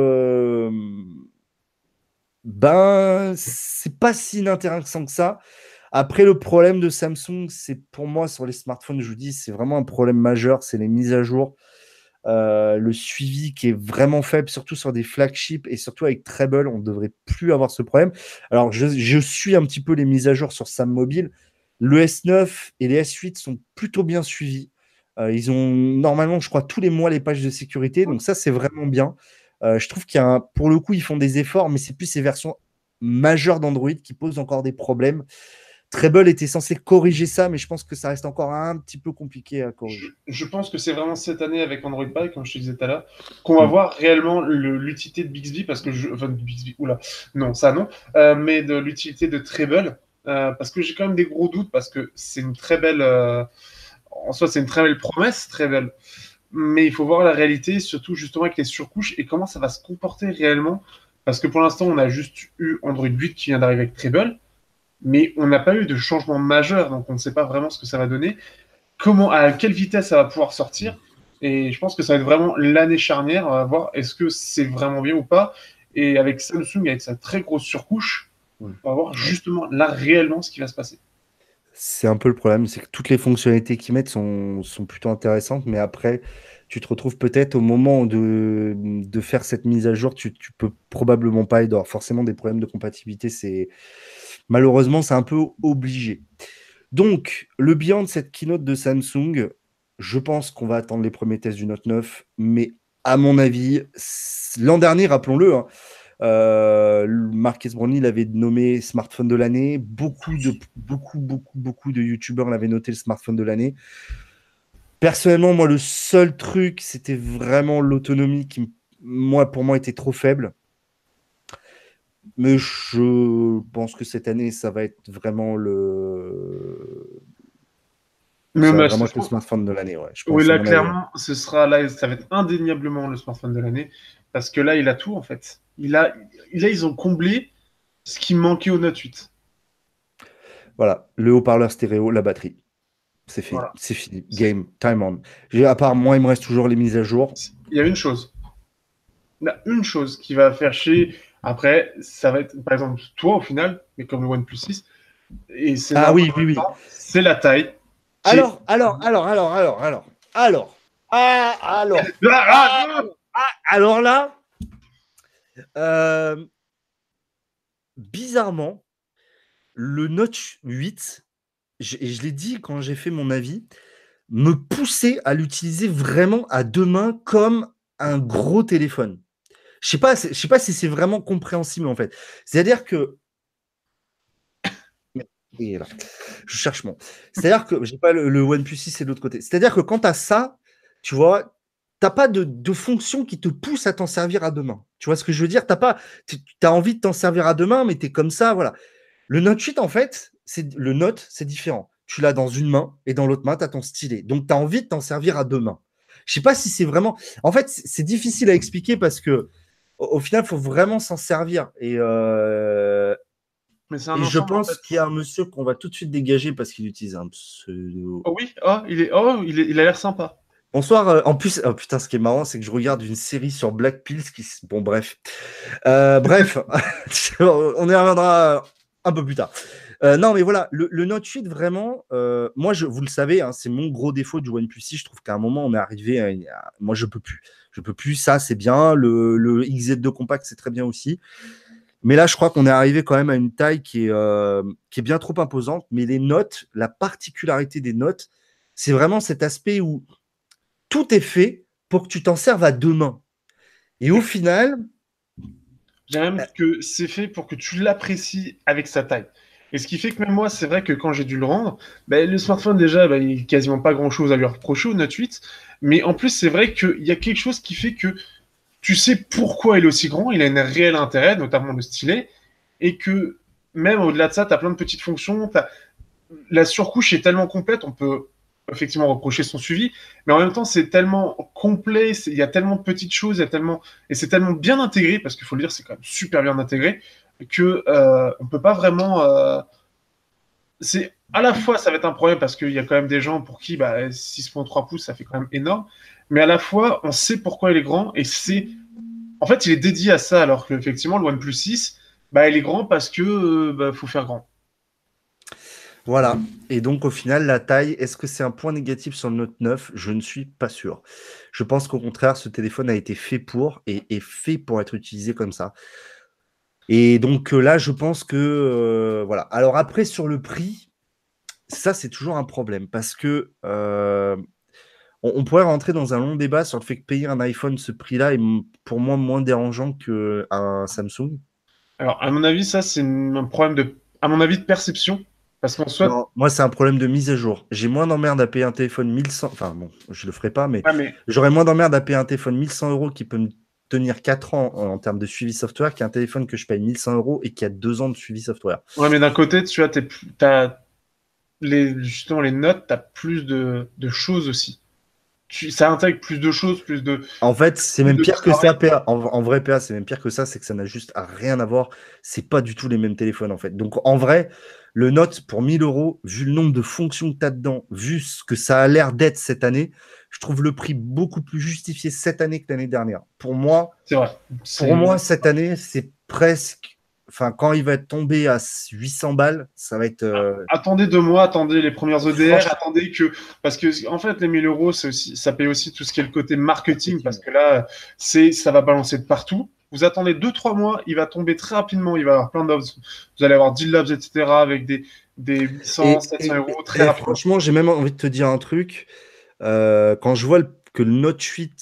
ben, c'est pas si inintéressant que ça. Après, le problème de Samsung, c'est pour moi sur les smartphones, je vous dis, c'est vraiment un problème majeur, c'est les mises à jour. Le suivi qui est vraiment faible, surtout sur des flagships et surtout avec Treble, on ne devrait plus avoir ce problème. Alors, je suis un petit peu les mises à jour sur Sam Mobile. Le S9 et les S8 sont plutôt bien suivis. Ils ont normalement, je crois, tous les mois les pages de sécurité, donc ça, c'est vraiment bien. Je trouve pour le coup, ils font des efforts, mais c'est plus ces versions majeures d'Android qui posent encore des problèmes. Treble était censé corriger ça, mais je pense que ça reste encore un petit peu compliqué à corriger. Je pense que c'est vraiment cette année avec Android Pie, comme je te disais tout à l'heure, qu'on va voir réellement l'utilité de Bixby, parce que enfin, de Bixby, oula, non, ça non, mais de l'utilité de Treble, parce que j'ai quand même des gros doutes, parce que c'est une très belle, en soi, c'est une très belle promesse, Treble, mais il faut voir la réalité, surtout justement avec les surcouches et comment ça va se comporter réellement, parce que pour l'instant, on a juste eu Android 8 qui vient d'arriver avec Treble, mais on n'a pas eu de changement majeur, donc on ne sait pas vraiment ce que ça va donner. Comment, à quelle vitesse ça va pouvoir sortir. Et je pense que ça va être vraiment l'année charnière. On va voir est-ce que c'est vraiment bien ou pas. Et avec Samsung, avec sa très grosse surcouche, on va voir justement là réellement ce qui va se passer. C'est un peu le problème, c'est que toutes les fonctionnalités qu'ils mettent sont plutôt intéressantes, mais après, tu te retrouves peut-être au moment de faire cette mise à jour, tu peux probablement pas y avoir forcément des problèmes de compatibilité. Malheureusement, c'est un peu obligé. Donc, le bilan de cette keynote de Samsung, je pense qu'on va attendre les premiers tests du Note 9, mais à mon avis, l'an dernier, rappelons-le, hein, Marques Brownlee l'avait nommé smartphone de l'année. Beaucoup de YouTubeurs l'avaient noté le smartphone de l'année. Personnellement, moi, le seul truc, c'était vraiment l'autonomie qui, pour moi, était trop faible. Mais je pense que cette année, ça va être vraiment Mais ça va moi, vraiment être le smartphone de l'année. Ouais, je oui, pense, à là, mon avis. clairement, ce sera là, ça va être indéniablement le smartphone de l'année. Parce que là, il a tout, en fait. Là, ils ont comblé ce qui manquait au Note 8. Voilà, le haut-parleur stéréo, la batterie. C'est fini. Voilà. C'est fini. Game, time on. À part moi, il me reste toujours les mises à jour. Il y a une chose. Il y a une chose qui va faire chier. Après, ça va être, par exemple, toi, au final, mais comme le OnePlus 6, et c'est Ah normal oui, en oui, même oui. temps, c'est la taille. Alors. Ah, alors. Alors là, bizarrement, le Note 8, et je l'ai dit quand j'ai fait mon avis, me poussait à l'utiliser vraiment à deux mains comme un gros téléphone. Je sais pas si c'est vraiment compréhensible en fait. C'est-à-dire que et là, je cherche mon. C'est-à-dire que j'ai pas le OnePlus 6 c'est de l'autre côté. C'est-à-dire que quand tu as ça, tu vois, t'as pas de fonction qui te pousse à t'en servir à deux mains. Tu vois ce que je veux dire? Tu as envie de t'en servir à deux mains, mais tu es comme ça, voilà. Le Note 8, en fait, le Note, c'est différent. Tu l'as dans une main et dans l'autre main, tu as ton stylet. Donc, tu as envie de t'en servir à deux mains. Je sais pas si c'est vraiment. En fait, c'est difficile à expliquer parce que au final, il faut vraiment s'en servir. Mais c'est un Et je ensemble, en fait. pense qu'il y a un monsieur qu'on va tout de suite dégager parce qu'il utilise un pseudo. Oh oui, il a l'air sympa. Bonsoir. En plus, oh putain, ce qui est marrant, c'est que je regarde une série sur Black Pills Bon, bref. Bref, on y reviendra un peu plus tard. Non, mais voilà, le Note 8, vraiment, moi, vous le savez, hein, c'est mon gros défaut du OnePlus 6. Je trouve qu'à un moment, on est arrivé moi, je peux plus. Je peux plus, ça, c'est bien. Le XZ2 Compact, c'est très bien aussi. Mais là, je crois qu'on est arrivé quand même à une taille qui est bien trop imposante. Mais les notes, la particularité des notes, c'est vraiment cet aspect où tout est fait pour que tu t'en serves à deux mains. Et au final. J'ai même que c'est fait pour que tu l'apprécies avec sa taille. Et ce qui fait que même moi, c'est vrai que quand j'ai dû le rendre, le smartphone déjà, il n'y a quasiment pas grand-chose à lui reprocher au Note 8. Mais en plus, c'est vrai qu'il y a quelque chose qui fait que tu sais pourquoi il est aussi grand, il a un réel intérêt, notamment le stylet, et que même au-delà de ça, tu as plein de petites fonctions. La surcouche est tellement complète, on peut effectivement reprocher son suivi, mais en même temps, c'est tellement complet, il y a tellement de petites choses, il y a tellement, et c'est tellement bien intégré, parce qu'il faut le dire, c'est quand même super bien intégré, que on peut pas vraiment. C'est à la fois, ça va être un problème parce qu'il y a quand même des gens pour qui 6,3 pouces, ça fait quand même énorme, mais à la fois, on sait pourquoi il est grand et c'est en fait, il est dédié à ça, alors qu'effectivement, le OnePlus 6, il est grand parce que faut faire grand. Voilà. Et donc, au final, la taille, est-ce que c'est un point négatif sur le Note 9? Je ne suis pas sûr. Je pense qu'au contraire, ce téléphone a été fait pour et est fait pour être utilisé comme ça. Et donc là, je pense que voilà. Alors après, sur le prix, ça, c'est toujours un problème parce que on pourrait rentrer dans un long débat sur le fait que payer un iPhone ce prix-là est pour moi moins dérangeant qu'un Samsung. Alors, à mon avis, ça, c'est un problème à mon avis, de perception, parce qu'en soit, Non, moi, c'est un problème de mise à jour. J'ai moins d'emmerde à payer un téléphone 1100. Enfin, bon, je le ferai pas, mais ouais, mais, j'aurais moins d'emmerde à payer un téléphone 1100 euros qui peut me tenir 4 ans en termes de suivi software qu'un téléphone que je paye 1100 euros et qui a 2 ans de suivi software. ouais, mais d'un côté, tu vois, t'as justement les notes, t'as plus de choses aussi. Ça intègre plus de choses, En fait, c'est plus même de pire que ça, travail. PA. En vrai, PA, c'est même pire que ça, c'est que ça n'a juste rien à voir. C'est pas du tout les mêmes téléphones, en fait. Donc, en vrai, le Note, pour 1000 euros, vu le nombre de fonctions que tu as dedans, vu ce que ça a l'air d'être cette année, je trouve le prix beaucoup plus justifié cette année que l'année dernière. C'est vrai. Pour moi, cette année, c'est presque. Enfin, quand il va être tombé à 800 balles, ça va être. Attendez 2 mois, attendez les premières ODR, Franchement, attendez que. Parce que, en fait, les 1000 euros, ça paye aussi tout ce qui est le côté marketing, parce marketing. que là, ça va balancer de partout. Vous attendez 2, 3 mois, il va tomber très rapidement, il va y avoir plein d'offres. Vous allez avoir deal labs, etc., avec des 800, Et, 700 et, euros très et rapidement. franchement, j'ai même envie de te dire un truc. Quand je vois que le Note 8,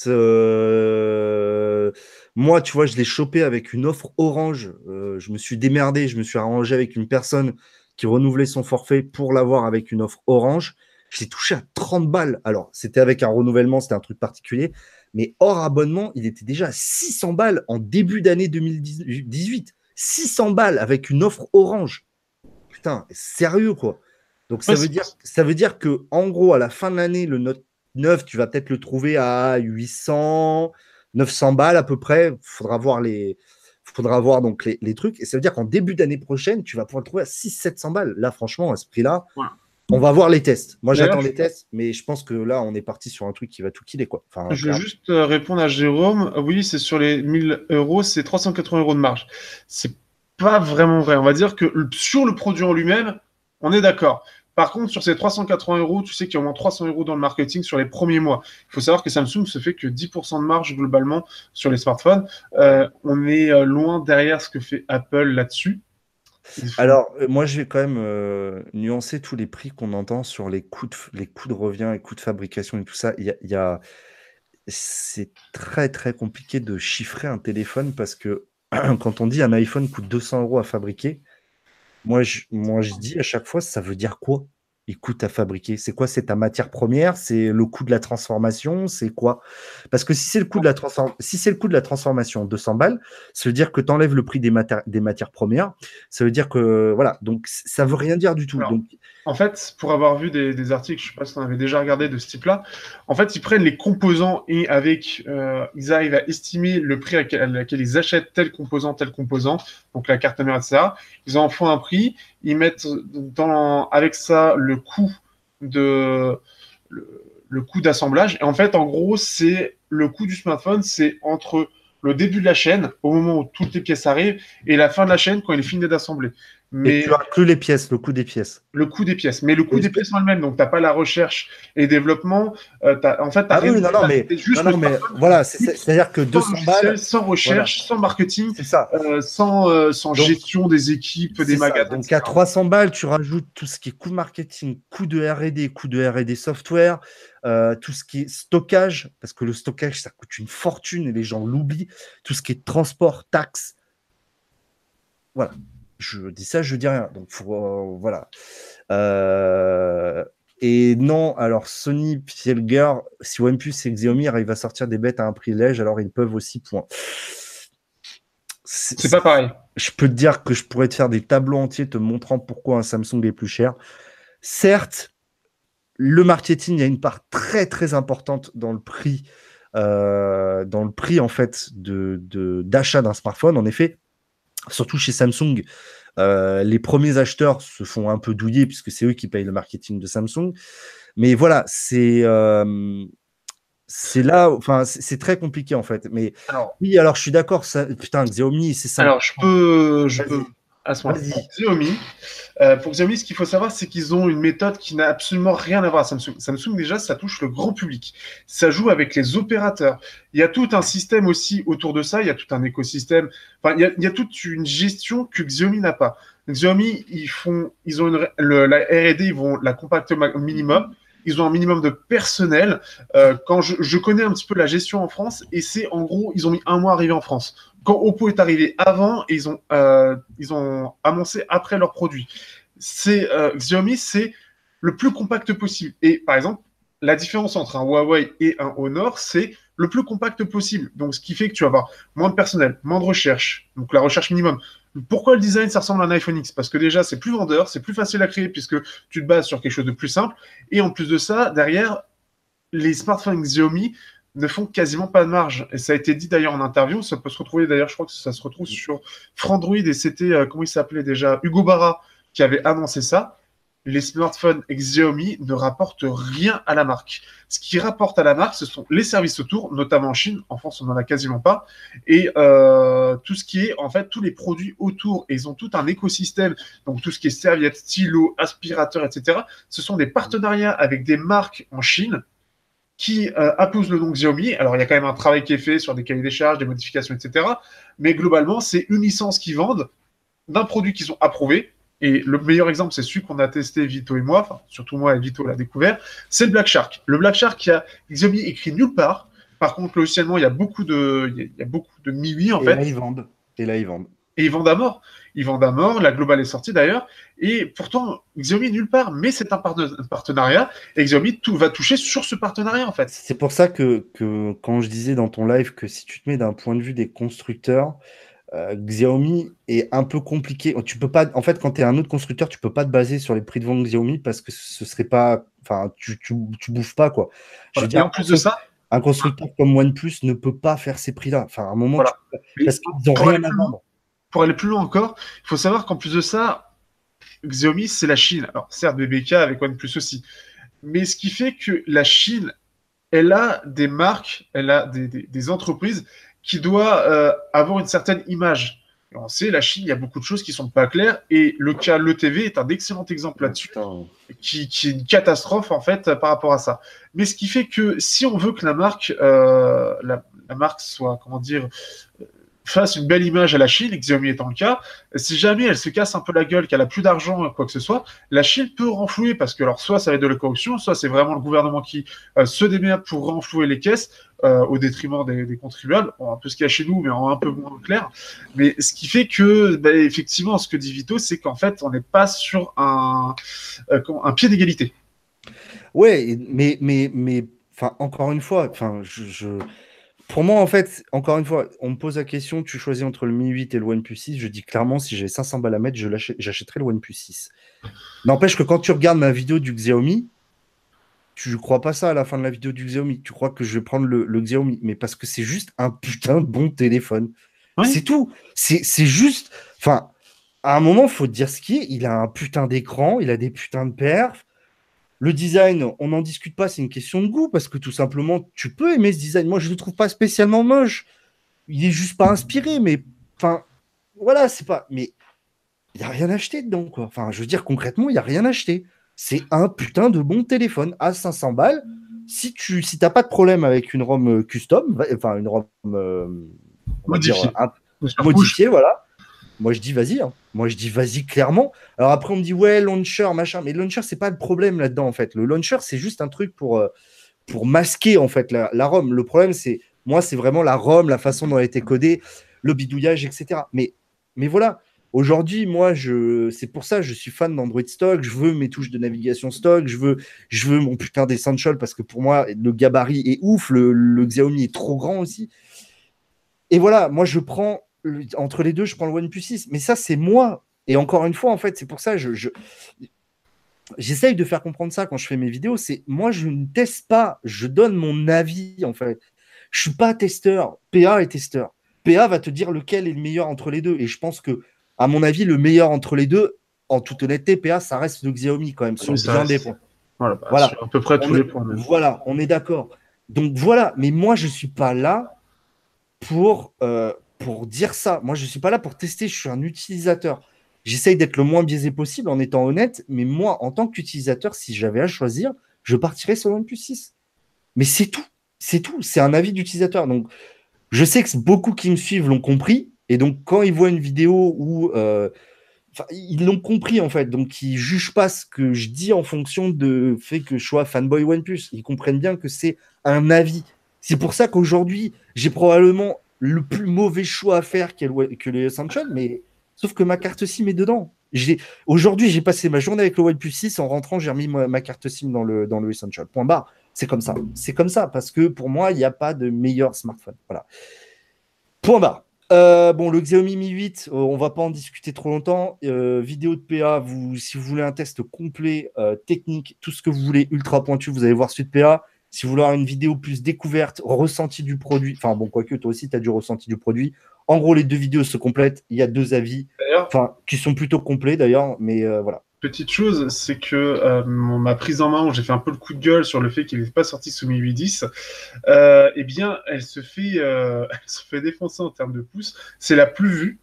moi, tu vois, je l'ai chopé avec une offre Orange. Je me suis démerdé, je me suis arrangé avec une personne qui renouvelait son forfait pour l'avoir avec une offre Orange. Je l'ai touché à 30 balles. Alors, c'était avec un renouvellement, c'était un truc particulier. Mais hors abonnement, il était déjà à 600 balles en début d'année 2018. 600 balles avec une offre Orange. Putain, sérieux quoi. Donc Ouais, ça veut dire que en gros à la fin de l'année le Note 9, tu vas peut-être le trouver à 800, 900 balles à peu près. Faudra voir donc les trucs et ça veut dire qu'en début d'année prochaine, tu vas pouvoir le trouver à 600-700 balles. Là franchement à ce prix-là, voilà. on va voir les tests. Moi D'ailleurs, j'attends les tests, mais je pense que là on est parti sur un truc qui va tout killer quoi. Enfin je veux clairement. juste répondre à Jérôme. Oui, c'est sur les 1000 euros, c'est 380 euros de marge. C'est pas vraiment vrai. On va dire que sur le produit en lui-même, on est d'accord. Par contre, sur ces 380 euros, tu sais qu'il y a au moins 300 euros dans le marketing sur les premiers mois. Il faut savoir que Samsung se fait que 10% de marge globalement sur les smartphones. On est loin derrière ce que fait Apple là-dessus. Il faut... Alors, moi, je vais quand même nuancer tous les prix qu'on entend sur les coûts de revient, les coûts de fabrication et tout ça. C'est très, très compliqué de chiffrer un téléphone parce que quand on dit un iPhone coûte 200 euros à fabriquer, moi, je dis à chaque fois, ça veut dire quoi? Il coûte à fabriquer. C'est quoi? C'est ta matière première? C'est le coût de la transformation? C'est quoi? Parce que si c'est le coût de la transformation, 200 balles, ça veut dire que tu enlèves le prix des matières premières. Ça veut dire que, voilà, donc ça veut rien dire du tout. Alors, Donc, en fait, pour avoir vu des articles, je ne sais pas si on avait déjà regardé de ce type-là, en fait, ils prennent les composants et ils arrivent à estimer le prix à laquelle ils achètent tel composant, donc la carte mère, etc. Ils en font un prix, ils mettent avec ça de, le coût d'assemblage. Et en fait, en gros, c'est le coût du smartphone, c'est entre le début de la chaîne, au moment où toutes les pièces arrivent, et la fin de la chaîne quand il est fini d'assembler. et tu Mais inclus les pièces, le coût des pièces. le coût des pièces. Mais le coût Oui, des pièces en elles-mêmes, donc tu n'as pas la recherche et développement, en fait, tu n'as ah rien oui, de total. C'est non, juste le non, mais smartphone qui voilà, coûte c'est-à-dire que sans 200 logiciel, balles, sans voilà, recherche, sans marketing, c'est ça. sans Donc, gestion des équipes, des c'est ça. magasins, Donc, à etc. 300 balles, tu rajoutes tout ce qui est coût marketing, coût de R&D software, tout ce qui est stockage, parce que le stockage, ça coûte une fortune et les gens l'oublient. Tout ce qui est transport, taxes. Voilà. Je dis ça, je dis rien. Donc, voilà. Euh, Et non, alors Sony, Pielger, si OnePlus et Xiaomi arrivent à sortir des bêtes à un prix léger, alors ils peuvent aussi, point. C'est pas pareil. Je peux te dire que je pourrais te faire des tableaux entiers te montrant pourquoi un Samsung est plus cher. Certes, le marketing, il y a une part très très importante dans le prix en fait d'achat d'un smartphone. En effet, surtout chez Samsung, les premiers acheteurs se font un peu douiller puisque c'est eux qui payent le marketing de Samsung. Mais voilà, c'est là, enfin, c'est très compliqué en fait. Mais Alors, oui, alors je suis d'accord. Putain, Xiaomi, c'est ça. alors je peux, à ce moment-là. Vas-y. Pour Xiaomi, ce qu'il faut savoir, c'est qu'ils ont une méthode qui n'a absolument rien à voir à Samsung. Samsung, déjà, ça touche le grand public. Ça joue avec les opérateurs. Il y a tout un système aussi autour de ça. Il y a tout un écosystème. Enfin, il y a toute une gestion que Xiaomi n'a pas. Xiaomi, ils ont la R&D, ils vont la compacter au minimum. Ils ont un minimum de personnel. Quand je connais un petit peu la gestion en France, et c'est en gros, ils ont mis 1 mois à arriver en France. Quand Oppo est arrivé avant, et ils ont annoncé après leurs produits. Xiaomi, c'est le plus compact possible. Et par exemple, la différence entre un Huawei et un Honor, c'est le plus compact possible. Donc, ce qui fait que tu vas avoir moins de personnel, moins de recherche, donc la recherche minimum. Pourquoi le design, ça ressemble à un iPhone X? Parce que déjà, c'est plus vendeur, c'est plus facile à créer puisque tu te bases sur quelque chose de plus simple. Et en plus de ça, derrière, les smartphones Xiaomi ne font quasiment pas de marge. Et ça a été dit d'ailleurs en interview. Ça peut se retrouver d'ailleurs, je crois que ça se retrouve sur Frandroid. Et c'était, comment il s'appelait déjà, Hugo Barra qui avait annoncé ça. Les smartphones Xiaomi ne rapportent rien à la marque. Ce qui rapporte à la marque, ce sont les services autour, notamment en Chine. En France, on n'en a quasiment pas. Et tout ce qui est, en fait, tous les produits autour. Et ils ont tout un écosystème. Donc, tout ce qui est serviettes, stylos, aspirateurs, etc. Ce sont des partenariats avec des marques en Chine qui apposent le nom Xiaomi. Alors, il y a quand même un travail qui est fait sur des cahiers des charges, des modifications, etc. Mais globalement, c'est une licence qu'ils vendent d'un produit qu'ils ont approuvé. Et le meilleur exemple, c'est celui qu'on a testé, Vito et moi, enfin, surtout moi et Vito l'a découvert, c'est le Black Shark. Le Black Shark, il y a Xiaomi écrit nulle part. Par contre, logiciellement, il y a beaucoup de MIUI, en Et fait. là, ils vendent. Et ils vendent à mort. Ils vendent à mort. La Global est sortie d'ailleurs. Et pourtant, Xiaomi nulle part. Mais c'est un partenariat. Et Xiaomi va toucher sur ce partenariat, en fait. C'est pour ça que quand je disais dans ton live que si tu te mets d'un point de vue des constructeurs, Xiaomi est un peu compliqué. Tu peux pas, en fait, quand tu es un autre constructeur, tu peux pas te baser sur les prix de vente Xiaomi parce que ce serait pas. Enfin, tu bouffes pas, quoi. Je veux Voilà. Et dire, en plus de ça, un constructeur comme OnePlus ne peut pas faire ces prix-là. Enfin, à un moment, voilà. parce qu'ils n'ont rien à vendre. Pour aller plus loin encore, il faut savoir qu'en plus de ça, Xiaomi, c'est la Chine. Alors, certes, BBK avec OnePlus aussi. Mais ce qui fait que la Chine, elle a des marques, elle a des entreprises qui doivent avoir une certaine image. Et on sait, la Chine, il y a beaucoup de choses qui sont pas claires. Et le cas l'ETV est un excellent exemple là-dessus, qui est une catastrophe, en fait, par rapport à ça. Mais ce qui fait que si on veut que la marque, la marque soit, comment dire, fasse une belle image à la Chine, Xiaomi étant le cas, si jamais elle se casse un peu la gueule, qu'elle a plus d'argent, quoi que ce soit, la Chine peut renflouer parce que alors soit ça va être de la corruption, soit c'est vraiment le gouvernement qui se démerde pour renflouer les caisses au détriment des contribuables, bon, un peu ce qu'il y a chez nous, mais en un peu moins clair. Mais ce qui fait que, bah, effectivement, ce que dit Vito, c'est qu'en fait, on n'est pas sur un pied d'égalité. Ouais, mais, enfin, encore une fois, enfin, pour moi, en fait, encore une fois, on me pose la question, tu choisis entre le Mi 8 et le OnePlus 6. Je dis clairement, si j'ai 500 balles à mettre, j'achèterai le OnePlus 6. N'empêche que quand tu regardes ma vidéo du Xiaomi, tu ne crois pas ça à la fin de la vidéo du Xiaomi. Tu crois que je vais prendre le Xiaomi. Mais parce que c'est juste un putain de bon téléphone. Oui. C'est tout. C'est juste. Enfin, à un moment, il faut te dire ce qui est. Il a un putain d'écran, il a des putains de perfs. Le design, on n'en discute pas, c'est une question de goût, parce que tout simplement, tu peux aimer ce design. Moi, je ne le trouve pas spécialement moche. Il est juste pas inspiré, mais enfin, voilà, c'est pas. Mais il n'y a rien acheté dedans, quoi. Enfin, je veux dire, concrètement, il n'y a rien acheté. C'est un putain de bon téléphone à 500 balles. Si t'as pas de problème avec une ROM custom, enfin, une ROM Modifié. modifiée, voilà. Moi, je dis vas-y. Hein. Moi, je dis vas-y clairement. Alors après, on me dit ouais, launcher, machin. Mais launcher, c'est pas le problème là-dedans, en fait. Le launcher, c'est juste un truc pour masquer, en fait, la ROM. Le problème, c'est vraiment la ROM, la façon dont elle a été codée, le bidouillage, etc. Mais voilà. Aujourd'hui, moi, c'est pour ça que je suis fan d'Android stock. Je veux mes touches de navigation stock. Je veux mon putain d'Essential parce que pour moi, le gabarit est ouf. Le Xiaomi est trop grand aussi. Et voilà, moi, entre les deux, je prends le OnePlus 6. Mais ça, c'est moi. Et encore une fois, en fait, c'est pour ça que j'essaye de faire comprendre ça quand je fais mes vidéos. C'est moi, je ne teste pas. Je donne mon avis, en fait. Je suis pas testeur. PA est testeur. PA va te dire lequel est le meilleur entre les deux. Et je pense que, à mon avis, le meilleur entre les deux, en toute honnêteté, PA, ça reste le Xiaomi quand même, sur Oui, ça bien des reste. points. Voilà, bah, Voilà. sur à peu près tous les points même. Voilà, on est d'accord. Donc voilà, mais moi, je ne suis pas là pour dire ça. Moi, je ne suis pas là pour tester, je suis un utilisateur. J'essaye d'être le moins biaisé possible en étant honnête, mais moi, en tant qu'utilisateur, si j'avais à choisir, je partirais sur OnePlus 6. Mais c'est tout. C'est tout. C'est un avis d'utilisateur. Donc, je sais que beaucoup qui me suivent l'ont compris. Et donc, quand ils voient une vidéo où ils l'ont compris en fait, donc ils jugent pas ce que je dis en fonction de fait que je sois fanboy OnePlus. Ils comprennent bien que c'est un avis. C'est pour ça qu'aujourd'hui, j'ai probablement le plus mauvais choix à faire que les Essential, mais sauf que ma carte SIM est dedans. Aujourd'hui, j'ai passé ma journée avec le OnePlus 6. En rentrant, j'ai remis ma carte SIM dans le Essential. Point barre. C'est comme ça. C'est comme ça parce que pour moi, il n'y a pas de meilleur smartphone. Voilà. Point barre. Bon, le Xiaomi Mi 8, on va pas en discuter trop longtemps. Vidéo de PA, si vous voulez un test complet, technique, tout ce que vous voulez, ultra pointu, vous allez voir celui de PA. Si vous voulez avoir une vidéo plus découverte, ressenti du produit, enfin bon, quoique toi aussi, tu as du ressenti du produit. En gros, les deux vidéos se complètent. Il y a deux avis, D'ailleurs, enfin, qui sont plutôt complets d'ailleurs, mais voilà. petite chose, c'est que ma prise en main, où j'ai fait un peu le coup de gueule sur le fait qu'il n'était pas sorti sous Mi 810, eh bien, elle se fait, elle se fait défoncer en termes de pouces. C'est la plus vue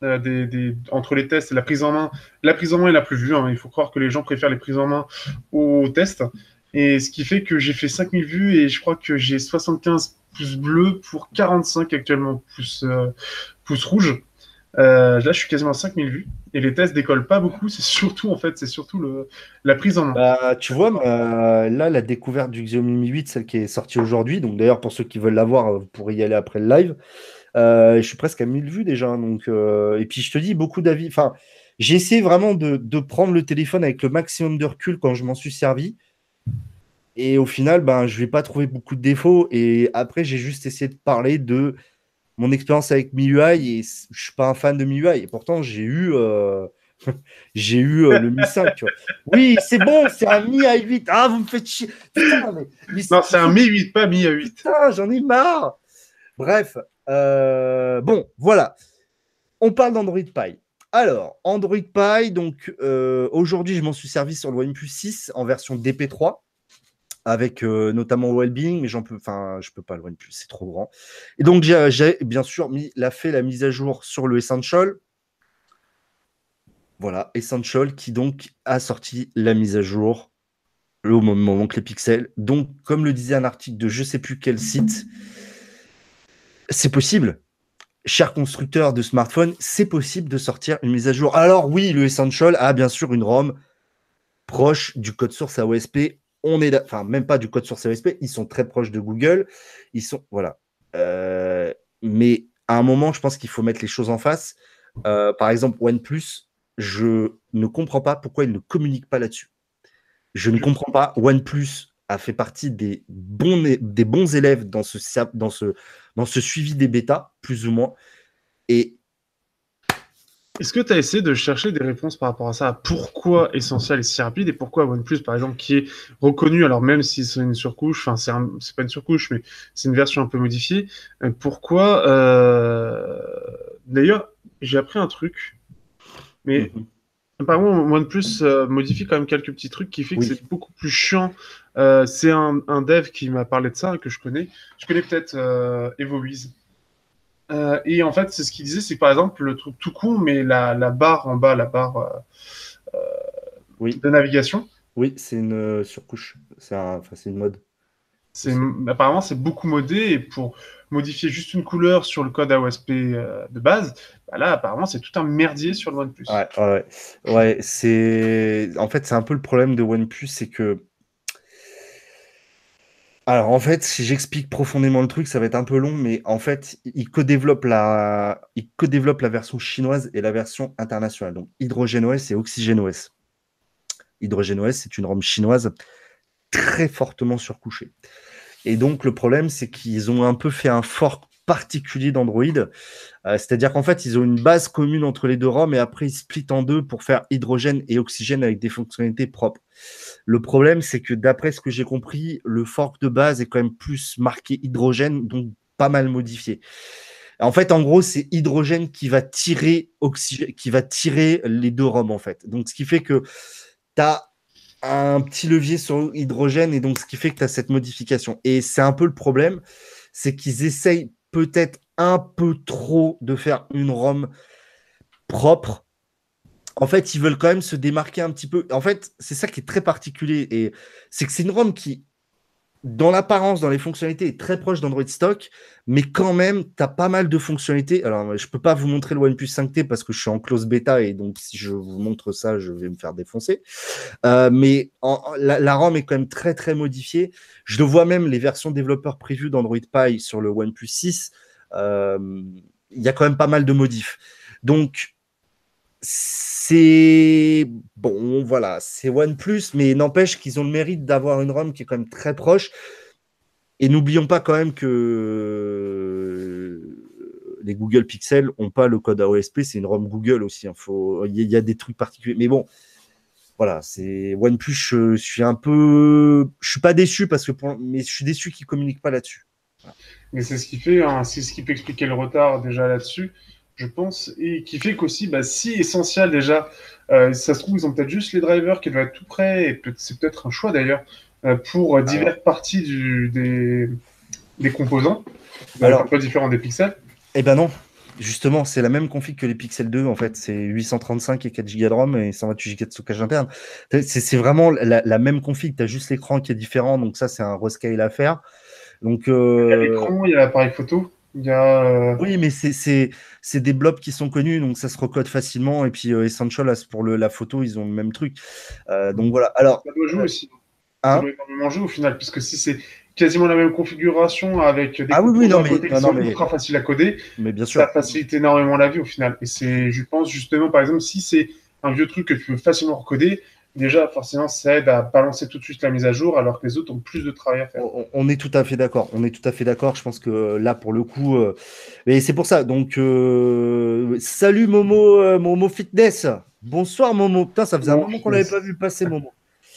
entre les tests et la prise en main. La prise en main est la plus vue. Hein. Il faut croire que les gens préfèrent les prises en main aux tests. Et ce qui fait que j'ai fait 5000 vues et je crois que j'ai 75 pouces bleus pour 45 actuellement pouces rouges. Là, je suis quasiment à 5000 vues et les tests décollent pas beaucoup. C'est surtout la prise en main. Bah, tu vois, là, la découverte du Xiaomi Mi 8, celle qui est sortie aujourd'hui, donc d'ailleurs, pour ceux qui veulent l'avoir, vous pourrez y aller après le live. Je suis presque à 1000 vues déjà. Donc, et puis, je te dis, beaucoup d'avis. Enfin, j'ai essayé vraiment de prendre le téléphone avec le maximum de recul quand je m'en suis servi. Et au final, ben, je n'ai pas trouvé beaucoup de défauts. Et après, j'ai juste essayé de parler de mon expérience avec MIUI. Et je ne suis pas un fan de MIUI. Et pourtant, j'ai eu le Mi 5. Tu vois. Oui, c'est bon, c'est un Mi A8. Ah, vous me faites chier. Putain, mais Non, c'est un Mi 8, pas Mi A8. putain, j'en ai marre. Bref, bon, voilà. On parle d'Android Pie. Alors, Android Pie, donc aujourd'hui, je m'en suis servi sur le OnePlus 6 en version DP3, avec notamment Wellbeing, mais je peux pas le OnePlus, c'est trop grand. Et donc, j'ai bien sûr fait la mise à jour sur le Essential. Voilà, Essential qui donc a sorti la mise à jour au même moment que les pixels. Donc, comme le disait un article de je sais plus quel site, c'est possible. Chers constructeurs de smartphones, c'est possible de sortir une mise à jour. Alors oui, le Essential a bien sûr une ROM proche du code source AOSP. Enfin, même pas du code source AOSP, ils sont très proches de Google. Voilà. Mais à un moment, je pense qu'il faut mettre les choses en face. Par exemple, OnePlus, je ne comprends pas pourquoi ils ne communiquent pas là-dessus. Je ne comprends pas. OnePlus a fait partie des bons élèves dans ce suivi des bêtas, plus ou moins. Et Est-ce que tu as essayé de chercher des réponses par rapport à ça? Pourquoi Essential est si rapide et pourquoi OnePlus, par exemple, qui est reconnu, alors même si c'est une surcouche, enfin, c'est pas une surcouche, mais c'est une version un peu modifiée, pourquoi. D'ailleurs, j'ai appris un truc, mais apparemment, OnePlus modifie quand même quelques petits trucs qui fait que oui, c'est beaucoup plus chiant. C'est un dev qui m'a parlé de ça, que je connais. Je connais peut-être EvoWiz. Et en fait, c'est ce qu'il disait, c'est que par exemple, le truc tout con, mais la barre en bas, la barre oui, de navigation, oui, c'est une surcouche. C'est une mode. apparemment, c'est beaucoup modé. Et pour modifier juste une couleur sur le code AOSP de base, bah là, apparemment, c'est tout un merdier sur le OnePlus. Ouais, ouais, ouais. Ouais, en fait, c'est un peu le problème de OnePlus, c'est que Alors, en fait, si j'explique profondément le truc, ça va être un peu long, mais en fait, ils co-développent la version chinoise et la version internationale. Donc, HydrogenOS et OxygenOS. HydrogenOS, c'est une ROM chinoise très fortement surcouchée. Et donc, le problème, c'est qu'ils ont un peu fait un fork particulier d'Android. C'est-à-dire qu'en fait, ils ont une base commune entre les deux ROM et après, ils splitent en deux pour faire hydrogène et oxygène avec des fonctionnalités propres. Le problème, c'est que d'après ce que j'ai compris, le fork de base est quand même plus marqué hydrogène, donc pas mal modifié. En fait, en gros, c'est hydrogène qui va tirer oxygène, qui va tirer les deux ROM, en fait. Donc, ce qui fait que tu as un petit levier sur hydrogène et donc ce qui fait que tu as cette modification. Et c'est un peu le problème, c'est qu'ils essayent peut-être un peu trop de faire une ROM propre. En fait, ils veulent quand même se démarquer un petit peu. En fait, c'est ça qui est très particulier. Et c'est que c'est une ROM qui, dans l'apparence, dans les fonctionnalités, est très proche d'Android Stock, mais quand même, tu as pas mal de fonctionnalités. Alors, je peux pas vous montrer le OnePlus 5T parce que je suis en close bêta et donc si je vous montre ça, je vais me faire défoncer. Mais la ROM est quand même très très modifiée. Je le vois même les versions développeurs prévues d'Android Pie sur le OnePlus 6. Il y a quand même pas mal de modifs. Donc, c'est bon, voilà, c'est OnePlus, mais n'empêche qu'ils ont le mérite d'avoir une ROM qui est quand même très proche. Et n'oublions pas quand même que les Google Pixel n'ont pas le code AOSP, c'est une ROM Google aussi. Il y a des trucs particuliers. Mais bon, voilà, c'est OnePlus, je suis un peu. Je suis pas déçu mais je suis déçu qu'ils communiquent pas là-dessus. Voilà. Mais c'est ce qui fait, hein, c'est ce qui peut expliquer le retard déjà là-dessus, je pense, et qui fait qu'aussi, bah, si essentiel déjà, ça se trouve, ils ont peut-être juste les drivers qui doivent être tout prêts, et c'est peut-être un choix d'ailleurs, pour Alors, diverses parties des composants, un alors peu différents des pixels. eh ben non. Justement, c'est la même config que les Pixel 2, en fait. C'est 835 et 4 Go de ROM et 128 Go de stockage interne. C'est vraiment la même config. Tu as juste l'écran qui est différent, donc ça, c'est un rescale à faire. Donc, Il y a l'écran, il y a l'appareil photo, il y a. oui, mais c'est des blobs qui sont connus, donc ça se recode facilement. Et puis Essential, pour la photo, ils ont le même truc. Donc voilà. Alors, Ça doit jouer aussi. Ça hein? doit énormément jouer au final, puisque si c'est quasiment la même configuration avec des Ah oui, oui, composants non, à côté qui non, sont ultra faciles à coder, mais bien ça sûr. facilite énormément la vie au final. Et c'est, je pense justement, par exemple, si c'est un vieux truc que tu peux facilement recoder, déjà forcément ça aide à balancer tout de suite la mise à jour, alors que les autres ont plus de travail à faire. On est tout à fait d'accord. On est tout à fait d'accord. Je pense que là, pour le coup, et c'est pour ça. Donc, salut Momo, Momo Fitness. Bonsoir Momo. Putain, ça faisait un Bon, moment qu'on l'avait pas vu passer Momo.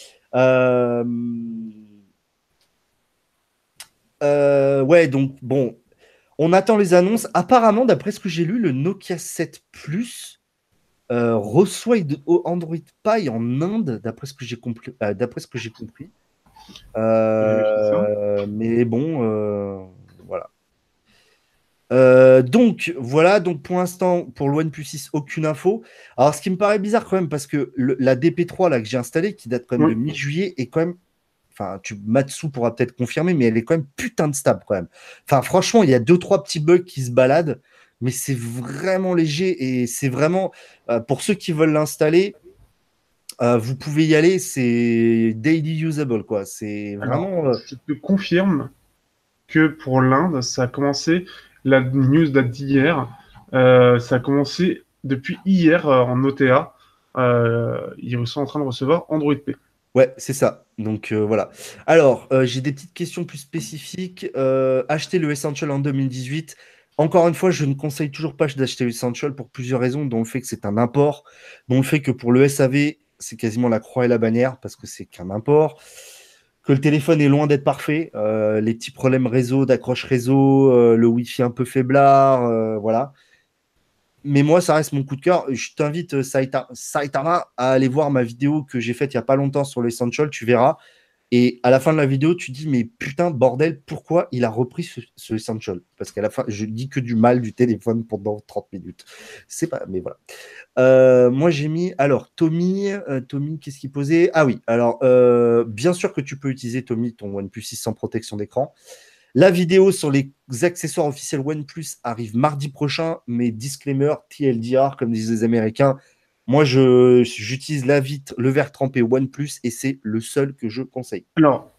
Ouais, donc bon, on attend les annonces. Apparemment, d'après ce que j'ai lu, le Nokia 7 Plus reçoit Android Pie en Inde, d'après ce que j'ai compris. D'après ce que j'ai compris. vérifie ça. Mais bon, voilà. Donc voilà, donc pour l'instant, pour le OnePlus 6, aucune info. Alors ce qui me paraît bizarre quand même, parce que la DP3 là, que j'ai installée, qui date quand même Oui. de mi-juillet, est quand même. Enfin, Matsu pourra peut-être confirmer, mais elle est quand même putain de stable quand même. Enfin, franchement, il y a deux, trois petits bugs qui se baladent, mais c'est vraiment léger et c'est vraiment. Pour ceux qui veulent l'installer, vous pouvez y aller, c'est daily usable, quoi. C'est Alors, vraiment. je te confirme que pour l'Inde, ça a commencé, la news date d'hier, ça a commencé depuis hier en OTA. Ils sont en train de recevoir Android P. Ouais, c'est ça. Donc voilà. Alors, j'ai des petites questions plus spécifiques. Acheter le Essential en 2018. Encore une fois, je ne conseille toujours pas d'acheter le Essential pour plusieurs raisons, dont le fait que c'est un import, dont le fait que pour le SAV, c'est quasiment la croix et la bannière, parce que c'est qu'un import, que le téléphone est loin d'être parfait, les petits problèmes réseau, d'accroche réseau, le Wi-Fi un peu faiblard, voilà. Mais moi, ça reste mon coup de cœur. Je t'invite, Saitama, à aller voir ma vidéo que j'ai faite il n'y a pas longtemps sur l'Essential, tu verras. Et à la fin de la vidéo, tu dis, mais putain, bordel, pourquoi il a repris ce Essential? Parce qu'à la fin, je dis que du mal du téléphone pendant 30 minutes. C'est pas, mais voilà. Moi, j'ai mis, alors, Tommy, qu'est-ce qu'il posait? Ah oui, alors, bien sûr que tu peux utiliser, Tommy, ton OnePlus 6 sans protection d'écran. La vidéo sur les accessoires officiels OnePlus arrive mardi prochain, mais disclaimer, TLDR, comme disent les Américains. Moi, j'utilise le verre trempé OnePlus et c'est le seul que je conseille. Alors,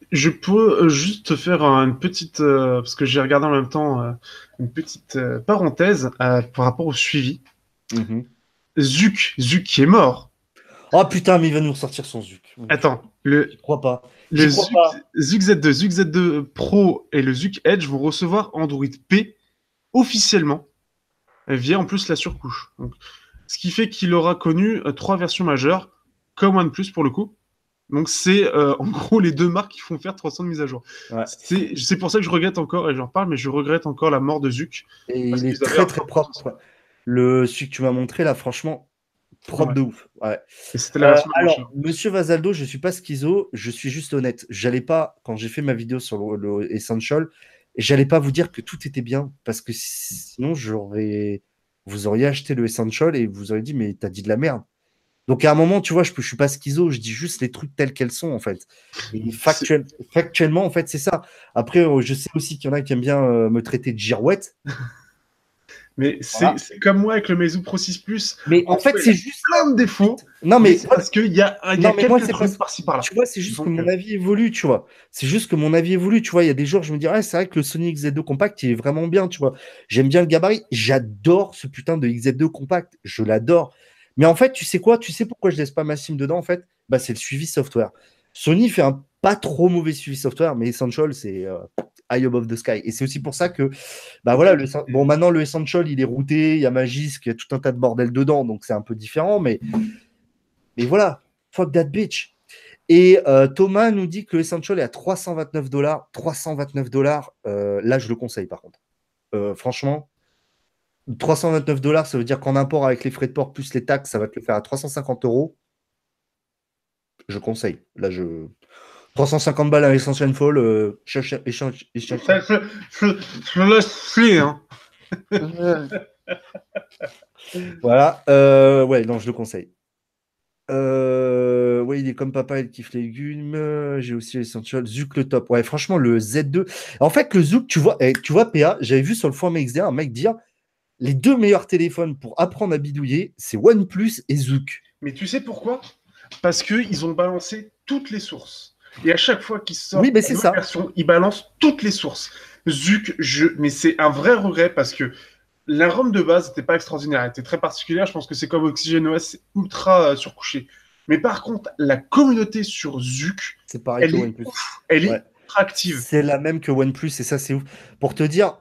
Je peux juste te faire une petite, parce que j'ai regardé en même temps une petite parenthèse par rapport au suivi. Mhm. Zuc qui est mort. Oh putain, mais il va nous ressortir son Zuc. Attends, J'y crois pas. le J'y crois pas. Zuc Z2, Zuc Z2 Pro et le Zuc Edge vont recevoir Android P officiellement via en plus la surcouche. Donc, ce qui fait qu'il aura connu trois versions majeures, comme OnePlus pour le coup. Donc c'est en gros les deux marques qui font faire 300 de mise à jour. Ouais. C'est pour ça que je regrette encore, et j'en parle, mais je regrette encore la mort de Zuc. Et Parce il qu'ils est avaient très un très fort propre. Celui que tu m'as montré là, franchement, propre ouais. de ouf. Ouais. Et c'était la version la moins chère. Alors, Monsieur Vasaldo, je suis pas schizo, je suis juste honnête. J'allais pas, quand j'ai fait ma vidéo sur le Essential, j'allais pas vous dire que tout était bien, parce que sinon vous auriez acheté le Essential et vous auriez dit, mais t'as dit de la merde. Donc à un moment, tu vois, je suis pas schizo, je dis juste les trucs tels quels sont, en fait. Et factuellement, en fait, c'est ça. Après, je sais aussi qu'il y en a qui aiment bien me traiter de girouette. Mais Voilà. c'est comme moi avec le Meizu Pro 6 Plus. Mais En en fait, soi, il a c'est juste. plein de défauts, Non, mais mais c'est parce qu'il y a non, mais moi, quelques c'est pas. trucs par-ci par-là. Tu vois, c'est juste que Donc, mon avis évolue, tu vois. C'est juste que mon avis évolue, tu vois. Il y a des jours, je me dis, ouais, c'est vrai que le Sony XZ2 Compact, il est vraiment bien, tu vois. J'aime bien le gabarit. J'adore ce putain de XZ2 Compact. Je l'adore. Mais en fait, tu sais quoi? Tu sais pourquoi je laisse pas ma SIM dedans, en fait? Bah, c'est le suivi software. Sony fait un pas trop mauvais suivi software, mais Essential, c'est high above the sky. Et c'est aussi pour ça que, bah voilà, bon, maintenant, le Essential, il est routé, il y a Magisk, il y a tout un tas de bordel dedans, donc c'est un peu différent, mais voilà, fuck that bitch. Et Thomas nous dit que l'Essential est à 329 dollars. 329 dollars, là, je le conseille par contre. Franchement, 329 dollars, ça veut dire qu'en import avec les frais de port plus les taxes, ça va te le faire à 350 euros. Je conseille. Là, 350 balles à Essential Fall, échange. je me laisse filer, hein. Voilà. Ouais, non, je le conseille. Ouais, il est comme papa, il kiffe les légumes. J'ai aussi l'Essential. Zouk le top. Ouais, franchement, le Z2. En fait, le Zouk, tu vois, PA, j'avais vu sur le forum XD un mec dire les deux meilleurs téléphones pour apprendre à bidouiller, c'est OnePlus et Zouk. Mais tu sais pourquoi? Parce qu'ils ont balancé toutes les sources. Et à chaque fois qu'ils Oui, sortent mais une c'est nouvelle ça. version, ils balancent toutes les sources. Zuc, mais c'est un vrai regret parce que la ROM de base n'était pas extraordinaire, elle était très particulière. Je pense que c'est comme OxygenOS, c'est ultra surcouché. Mais par contre, la communauté sur Zuc, C'est pareil que elle est OnePlus. ouf, elle Ouais. est ultra active. C'est la même que OnePlus et ça, c'est ouf. Pour te dire,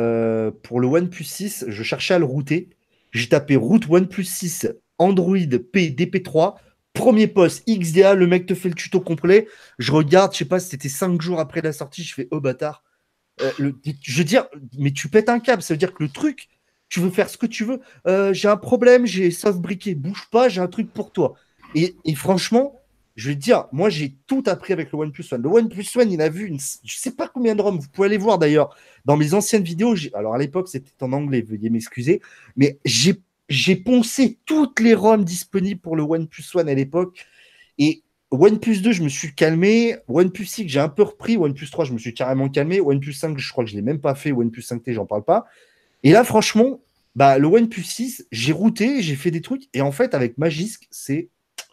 pour le OnePlus 6, je cherchais à le router. J'ai tapé route OnePlus 6, Android P, DP3, premier post, XDA, le mec te fait le tuto complet. Je regarde, je sais pas, c'était 5 jours après la sortie, je fais, oh bâtard. Je veux dire, mais tu pètes un câble, ça veut dire que le truc, tu veux faire ce que tu veux. J'ai un problème, j'ai soft briqué, bouge pas, j'ai un truc pour toi. Et franchement, je vais te dire, moi j'ai tout appris avec le OnePlus One. Le OnePlus One, il a vu je sais pas combien de ROM, vous pouvez aller voir d'ailleurs dans mes anciennes vidéos. Alors à l'époque, c'était en anglais, veuillez m'excuser, mais j'ai poncé toutes les ROM disponibles pour le OnePlus One à l'époque. Et OnePlus 2, je me suis calmé. OnePlus 6, j'ai un peu repris. OnePlus 3, je me suis carrément calmé. OnePlus 5, je crois que je ne l'ai même pas fait. OnePlus 5T, j'en parle pas. Et là, franchement, bah, le OnePlus 6, j'ai routé, j'ai fait des trucs. Et en fait, avec Magisk, c'est.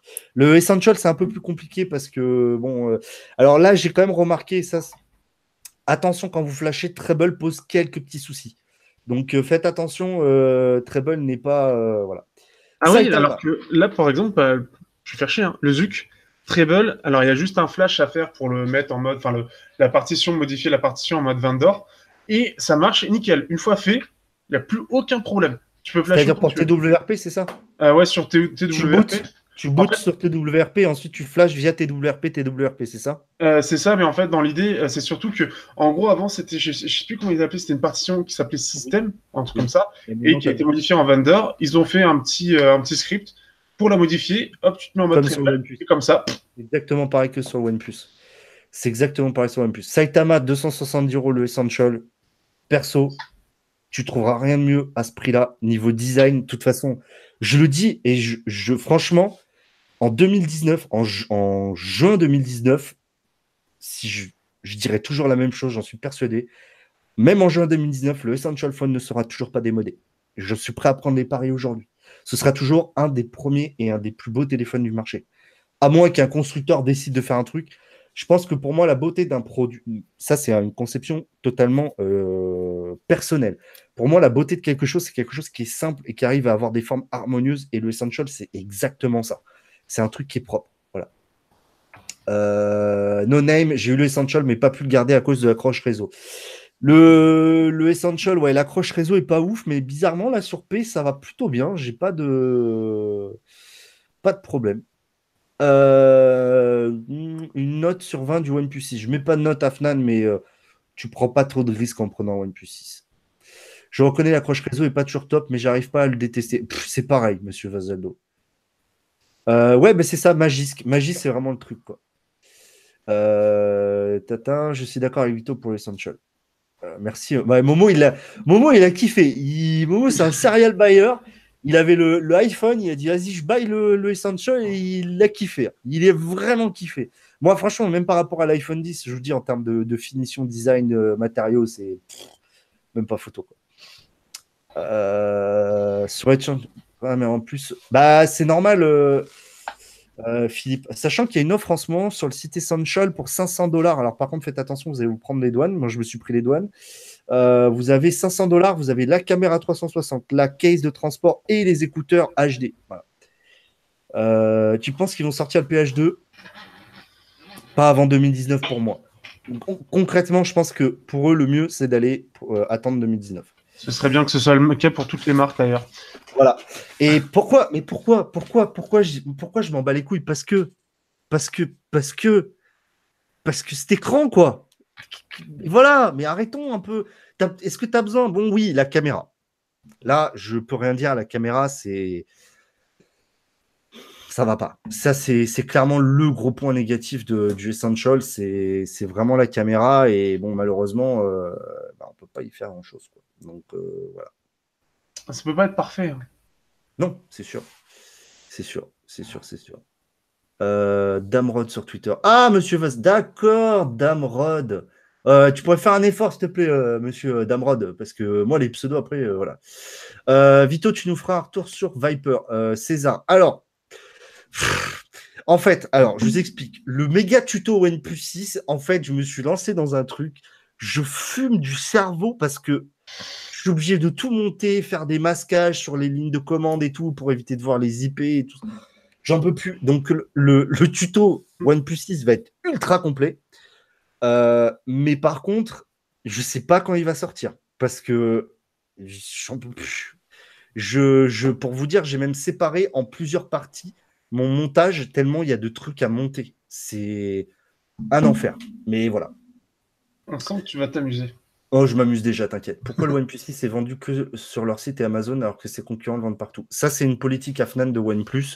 Le Essential, c'est un peu plus compliqué parce que, bon. Alors là, j'ai quand même remarqué ça. Attention, quand vous flashez, Treble pose quelques petits soucis. Donc faites attention, Treble n'est pas. Voilà. Ah oui, alors Saitama. que là, par exemple, je vais faire chier, hein, le Zuc, Treble, alors il y a juste un flash à faire pour le mettre en mode, enfin, la partition, modifier la partition en mode vendor, et ça marche nickel. Une fois fait, il n'y a plus aucun problème. Tu peux flasher C'est-à-dire autant pour que tu veux. TWRP, c'est ça? Ouais, sur Tu TWRP. bootes, tu bootes Après, sur TWRP et ensuite tu flashes via TWRP, c'est ça? c'est ça, mais en fait, dans l'idée, c'est surtout que, en gros, avant, c'était, je sais plus comment ils appelaient, c'était une partition qui s'appelait Oui. System, un truc comme Oui. ça, et qui a été modifiée en vendor. Ils ont fait un petit script pour la modifier. Hop, tu te mets en mode Comme sur Treble, OnePlus. et comme ça. Exactement pareil que sur OnePlus. C'est exactement pareil sur OnePlus. Saitama, 270 euros le Essential. Perso, tu trouveras rien de mieux à ce prix-là. Niveau design, de toute façon, je le dis et franchement, en 2019, en juin 2019, si je dirais toujours la même chose, j'en suis persuadé. Même en juin 2019, le Essential Phone ne sera toujours pas démodé. Je suis prêt à prendre les paris aujourd'hui. Ce sera toujours un des premiers et un des plus beaux téléphones du marché. À moins qu'un constructeur décide de faire un truc. Je pense que pour moi, la beauté d'un produit, ça c'est une conception totalement personnelle. Pour moi, la beauté de quelque chose, c'est quelque chose qui est simple et qui arrive à avoir des formes harmonieuses. Et le Essential, c'est exactement ça. C'est un truc qui est propre. Voilà. No Name, j'ai eu le Essential, mais pas pu le garder à cause de l'accroche réseau. Le Essential, ouais, l'accroche réseau est pas ouf, mais bizarrement, là, sur P, ça va plutôt bien. J'ai pas de problème. Une note sur 20 du OnePlus 6. Je mets pas de note à Fnan, mais tu prends pas trop de risques en prenant un OnePlus 6. Je reconnais l'accroche réseau est pas toujours top, mais j'arrive pas à le détester. C'est pareil, monsieur Vasaldo. Ouais, mais c'est ça, Magisk. Magisk, c'est vraiment le truc, quoi. Tatin, je suis d'accord avec Vito pour l'Essential. Merci. Ouais, Momo, il a kiffé. Momo, c'est un serial buyer. Il avait le iPhone, il a dit vas-y, je buy le Essential et il l'a kiffé. Il est vraiment kiffé. Moi, franchement, même par rapport à l'iPhone 10, je vous dis en termes de finition, design, matériaux, c'est même pas photo, quoi. Sur Exchange. Ouais, mais en plus, bah, c'est normal, Philippe. Sachant qu'il y a une offre en ce moment sur le site Essential pour 500 $. Alors, par contre, faites attention, vous allez vous prendre les douanes. Moi, je me suis pris les douanes. Vous avez 500 $, vous avez la caméra 360, la case de transport et les écouteurs HD. Voilà. Tu penses qu'ils vont sortir le PH2? Pas avant 2019 pour moi. Concrètement, je pense que pour eux, le mieux, c'est d'aller attendre 2019. Ce serait bien que ce soit le cas pour toutes les marques d'ailleurs. Voilà. Et pourquoi je m'en bats les couilles? Parce que cet écran, quoi. Voilà, mais arrêtons un peu. Est-ce que tu as besoin? Bon, oui, la caméra. Là, je peux rien dire. La caméra, ça va pas. Ça, c'est clairement le gros point négatif du Essential. C'est vraiment la caméra. Et bon, malheureusement, on peut pas y faire grand-chose, quoi. Donc, voilà. Ça peut pas être parfait. Hein. Non, c'est sûr. C'est sûr. Damrod sur Twitter. Ah, monsieur Vass, d'accord, Damrod. Tu pourrais faire un effort, s'il te plaît, monsieur Damrod, parce que moi, les pseudos, après, voilà. Vito, tu nous feras un retour sur Viper. César. Alors, en fait, je vous explique. Le méga tuto OnePlus 6, en fait, je me suis lancé dans un truc. Je fume du cerveau parce que je suis obligé de tout monter, faire des masquages sur les lignes de commande et tout pour éviter de voir les IP et tout. J'en peux plus. Donc, le tuto OnePlus 6 va être ultra complet. Mais par contre, je ne sais pas quand il va sortir. Parce que j'en peux plus. Pour vous dire, j'ai même séparé en plusieurs parties mon montage tellement il y a de trucs à monter. C'est un enfer. Mais voilà. On sent que tu vas t'amuser. Oh, je m'amuse déjà, t'inquiète. Pourquoi le OnePlus 6 est vendu que sur leur site et Amazon alors que ses concurrents le vendent partout? Ça, c'est une politique à Fnan de OnePlus.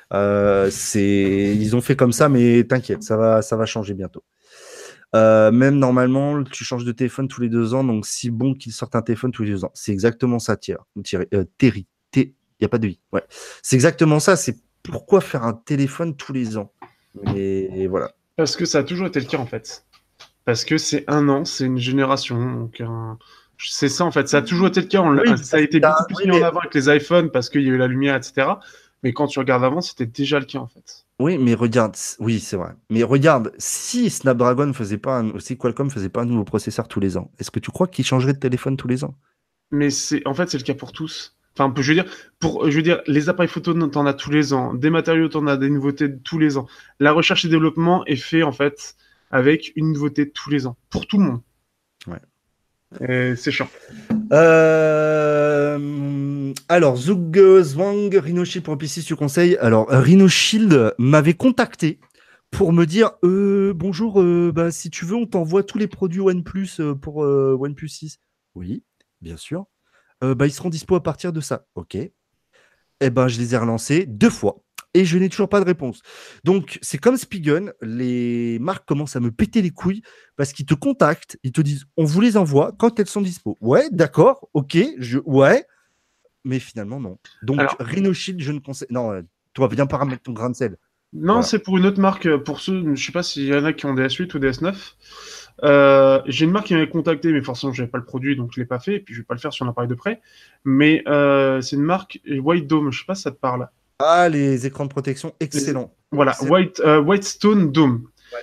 Ils ont fait comme ça, mais t'inquiète, ça va changer bientôt. Même normalement, tu changes de téléphone tous les 2 ans, donc si bon qu'ils sortent un téléphone tous les 2 ans. C'est exactement ça, Terry. Il n'y a pas de i. Ouais. C'est exactement ça. C'est pourquoi faire un téléphone tous les ans. Et voilà. Parce que ça a toujours été le cas, en fait. Parce que c'est un an, c'est une génération. Donc, c'est ça, en fait. Ça a toujours été le cas. Ça a été beaucoup plus mis en avant avec les iPhones parce qu'il y a eu la lumière, etc. Mais quand tu regardes avant, c'était déjà le cas, en fait. Oui, mais regarde, oui, c'est vrai. Mais regarde, si Snapdragon faisait pas si Qualcomm faisait pas un nouveau processeur tous les ans, est-ce que tu crois qu'ils changeraient de téléphone tous les ans? Mais en fait, c'est le cas pour tous. Enfin, je veux dire, les appareils photo, t'en as tous les ans. Des matériaux, t'en as des nouveautés tous les ans. La recherche et développement est fait, en fait, avec une nouveauté tous les ans. Pour tout le monde. Ouais. Et c'est chiant. Alors, Zug Zwang, Rhino Shield pour PC, tu conseilles. Alors, Rhino Shield m'avait contacté pour me dire bonjour, si tu veux, on t'envoie tous les produits OnePlus pour OnePlus 6. Oui, bien sûr. Ils seront dispo à partir de ça. Ok. Eh ben, je les ai relancés 2 fois et je n'ai toujours pas de réponse. Donc, c'est comme Spigen, les marques commencent à me péter les couilles parce qu'ils te contactent, ils te disent on vous les envoie quand elles sont dispo. Ouais, d'accord, ok, ouais, mais finalement, non. Donc, Alors, Rhino Shield, je ne conseille. Non, toi, viens pas mettre ton grain de sel. non, Voilà. c'est pour une autre marque. Pour ceux, je sais pas s'il y en a qui ont des S8 ou des S9. J'ai une marque qui m'avait contacté, mais forcément, je n'avais pas le produit, donc je ne l'ai pas fait. Et puis, je ne vais pas le faire sur un appareil de près. Mais c'est une marque White Dome. Je ne sais pas si ça te parle. Ah, les écrans de protection, excellent. Voilà, Excellent. White Stone Dome. Ouais.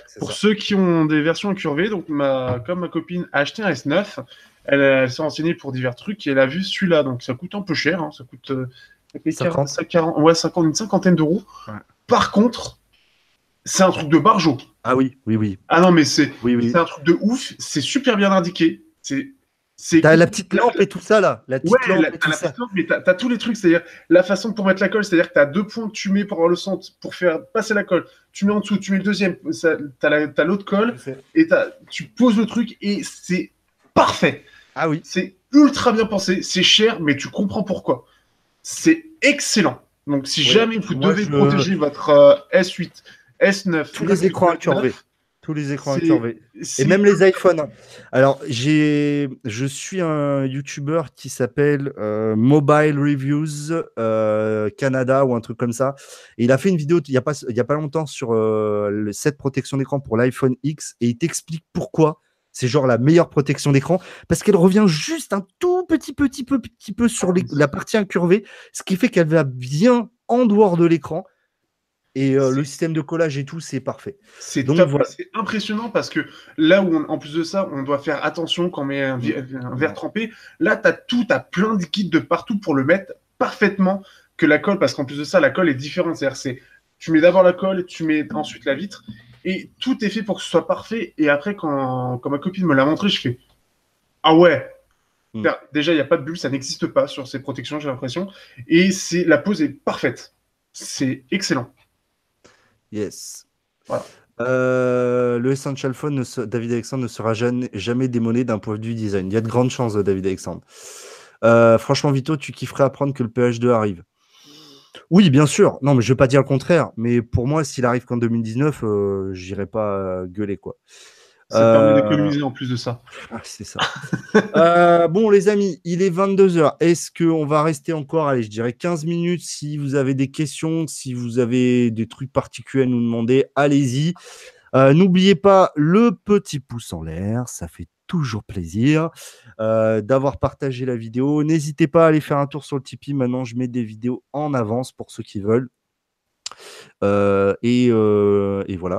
c'est Pour ça. ceux qui ont des versions incurvées, donc comme ma copine a acheté un S9, elle s'est renseignée pour divers trucs et elle a vu celui-là. Donc ça coûte un peu cher, hein, ça coûte ça fait 50. 40, ouais, 50, une cinquantaine d'euros. Ouais. Par contre, c'est un truc de barjo. Ah oui, oui, oui. Ah non, mais Oui, c'est oui. un truc de ouf, c'est super bien indiqué. C'est T'as la petite lampe et tout ça, là. La Ouais, petite lampe et t'as tout la ça. petite lampe, mais t'as tous les trucs, c'est-à-dire la façon pour mettre la colle, c'est-à-dire que t'as 2 points que tu mets pour avoir le centre, pour faire passer la colle. Tu mets en dessous, tu mets le deuxième, t'as l'autre colle, Je sais. et tu poses le truc, et c'est parfait. Ah oui. C'est ultra bien pensé, c'est cher, mais tu comprends pourquoi. C'est excellent. Donc si Oui. jamais vous Moi, devez protéger votre S8, S9 tous ou les écrans le incurvés. 9, Tous les écrans c'est incurvés. Et c'est même les iPhones, hein. Alors, je suis un YouTuber qui s'appelle Mobile Reviews Canada ou un truc comme ça. Et il a fait une vidéo il y a pas longtemps sur le set protection d'écran pour l'iPhone X et il t'explique pourquoi c'est genre la meilleure protection d'écran parce qu'elle revient juste un tout petit peu sur la partie incurvée, ce qui fait qu'elle va bien en dehors de l'écran. Et le système de collage et tout, c'est parfait. C'est Donc top, voilà. c'est impressionnant parce que là où, en plus de ça, on doit faire attention quand on met un verre trempé, là, tu as plein de guides de partout pour le mettre parfaitement que la colle, parce qu'en plus de ça, la colle est différente. C'est-à-dire, tu mets d'abord la colle, tu mets ensuite la vitre, et tout est fait pour que ce soit parfait. Et après, quand ma copine me l'a montré, je fais ah ouais! Mm. Déjà, il n'y a pas de bulle, ça n'existe pas sur ces protections, j'ai l'impression. Et la pose est parfaite. C'est excellent. Yes. Voilà. Le Essential Phone, David Alexandre ne sera jamais démodé d'un point de vue design. Il y a de grandes chances, David Alexandre. Franchement, Vito, tu kifferais apprendre que le PH2 arrive. Oui, bien sûr. Non, mais je ne vais pas dire le contraire. Mais pour moi, s'il arrive qu'en 2019, j'irai pas gueuler, quoi. Ça te permet d'économiser en plus de ça. C'est ça. Bon, les amis, il est 22h. Est-ce qu'on va rester encore, allez, je dirais 15 minutes. Si vous avez des questions, si vous avez des trucs particuliers à nous demander, allez-y. N'oubliez pas le petit pouce en l'air, ça fait toujours plaisir d'avoir partagé la vidéo. N'hésitez pas à aller faire un tour sur le Tipeee. Maintenant, je mets des vidéos en avance pour ceux qui veulent. Et voilà.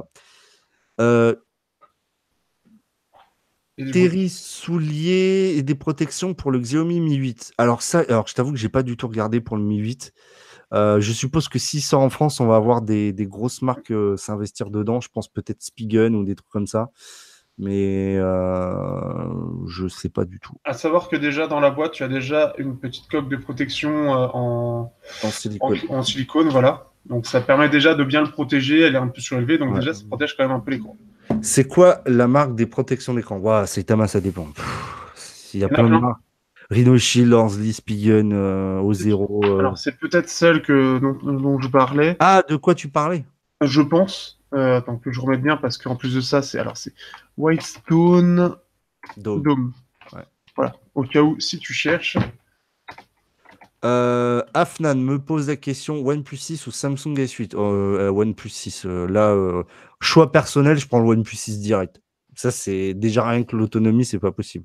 Terry souliers et des protections pour le Xiaomi Mi 8. Alors je t'avoue que j'ai pas du tout regardé pour le Mi 8. Je suppose que s'il sort en France, on va avoir des grosses marques s'investir dedans. Je pense peut-être Spigen ou des trucs comme ça. Mais je sais pas du tout. À savoir que déjà dans la boîte, tu as déjà une petite coque de protection en silicone, voilà. Donc ça permet déjà de bien le protéger, elle est un peu surélevée, donc déjà ça protège quand même un peu l'écran. C'est quoi la marque des protections d'écran? C'est Tama, ça dépend. Il y a plein de marques. Rhino Shield, Horsley, Spigen, O0. Alors c'est peut-être celle dont je parlais. Ah, de quoi tu parlais? Je pense. Attends que je remette bien parce qu'en plus de ça, c'est Whitestone Dome. Ouais. Voilà. Au cas où, si tu cherches. Afnan me pose la question OnePlus 6 ou Samsung S8. OnePlus 6. Choix personnel, je prends le OnePlus 6 direct. Ça, c'est déjà rien que l'autonomie, c'est pas possible.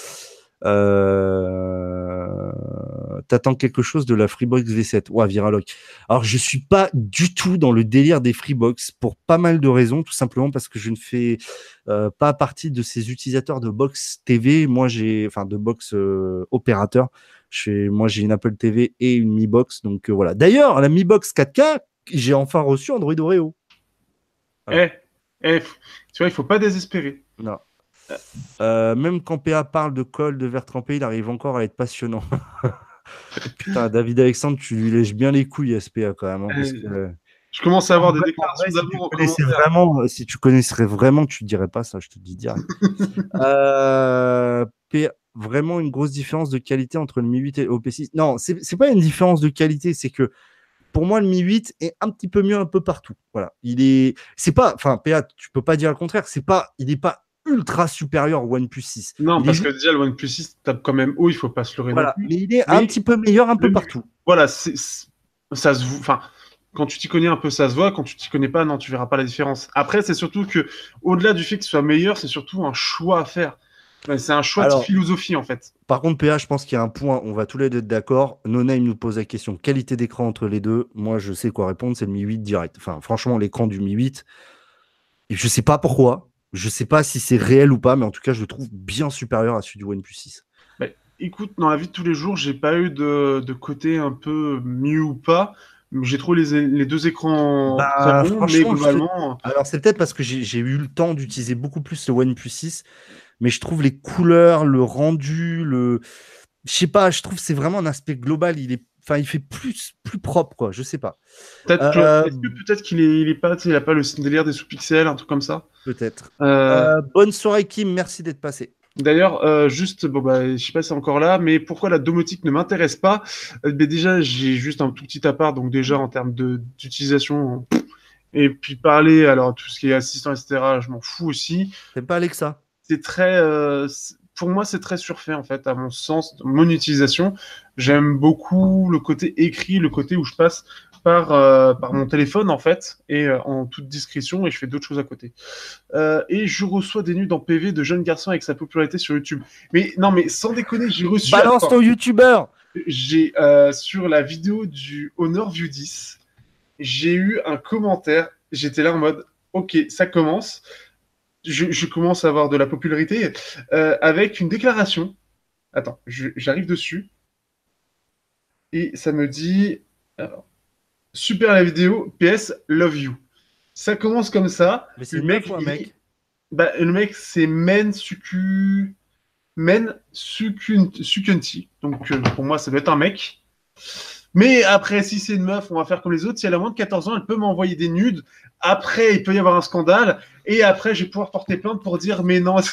T'attends quelque chose de la Freebox V7? Ouais, Viraloc. Alors, je suis pas du tout dans le délire des Freebox pour pas mal de raisons, tout simplement parce que je ne fais pas partie de ces utilisateurs de box TV. Moi, de box opérateur. Moi, j'ai une Apple TV et une Mi Box. Donc voilà. D'ailleurs, la Mi Box 4K, j'ai enfin reçu Android Oreo. Voilà. Tu vois, il faut pas désespérer. Non. Même quand PA parle de colle, de verre trempé, il arrive encore à être passionnant. Putain, David Alexandre, tu lui lèches bien les couilles à SPA quand même. Hein, parce que... Je commence à avoir des déclarations d'amour. Si tu connaisserais vraiment, tu ne dirais pas ça, je te dis direct. Vraiment une grosse différence de qualité entre le Mi 8 et l'OP6. Non, c'est pas une différence de qualité, c'est que pour moi, le Mi 8 est un petit peu mieux un peu partout. Voilà. PA, tu peux pas dire le contraire, il n'est pas ultra supérieur au OnePlus 6. Non, parce que déjà, le OnePlus 6 tape quand même haut, il faut pas se leurrer non plus. Mais il est un petit peu meilleur un peu partout. Voilà, ça se voit. Enfin, quand tu t'y connais un peu, ça se voit. Quand tu t'y connais pas, non, tu verras pas la différence. Après, c'est surtout que, au-delà du fait que ce soit meilleur, c'est surtout un choix à faire. C'est un choix de philosophie, en fait. Par contre, PA, je pense qu'il y a un point, on va tous les deux être d'accord. Nona, il nous pose la question qualité d'écran entre les deux. Moi, je sais quoi répondre, c'est le Mi 8 direct. Enfin, franchement, l'écran du Mi 8, Et je sais pas pourquoi. Je sais pas si c'est réel ou pas, mais en tout cas, je le trouve bien supérieur à celui du OnePlus 6. Bah, écoute, dans la vie de tous les jours, j'ai pas eu de côté un peu mieux ou pas. Mais j'ai trouvé les deux écrans très Bah, bons, mais franchement, globalement, alors c'est peut-être parce que j'ai eu le temps d'utiliser beaucoup plus le OnePlus 6, mais je trouve les couleurs, le rendu, je sais pas, je trouve que c'est vraiment un aspect global. Enfin, il fait plus propre, quoi. Je sais pas. Euh, est-ce que peut-être il est pas, tu sais, il a pas le délire des sous-pixels, un truc comme ça? Peut-être. Euh, Bonne soirée, Kim. Merci d'être passé. D'ailleurs, juste, bon bah, je sais pas si c'est encore là, mais pourquoi la domotique ne m'intéresse pas? Ben déjà, j'ai juste un tout petit appart, donc déjà en termes d'utilisation, et puis parler, alors tout ce qui est assistant, etc., je m'en fous aussi. T'aimes pas Alexa? C'est très, pour moi, c'est très surfait en fait, à mon sens, mon utilisation. J'aime beaucoup le côté écrit, le côté où je passe par mon téléphone en fait, et en toute discrétion, et je fais d'autres choses à côté. Et je reçois des nudes en PV de jeunes garçons avec sa popularité sur YouTube. Mais non, mais sans déconner, j'ai reçu. Balance ton YouTuber! J'ai sur la vidéo du Honor View 10, j'ai eu un commentaire. J'étais là en mode, ok, ça commence. Je commence à avoir de la popularité avec une déclaration. Attends, j'arrive dessus et ça me dit alors, super la vidéo, PS love you. Ça commence comme ça. Mais c'est Le une meuf mec, ou un mec? le mec c'est Men Sukunti. Donc pour moi, ça doit être un mec. Mais après, si c'est une meuf, on va faire comme les autres. Si elle a moins de 14 ans, elle peut m'envoyer des nudes. Après, il peut y avoir un scandale. Et après, je vais pouvoir porter plainte pour dire mais non.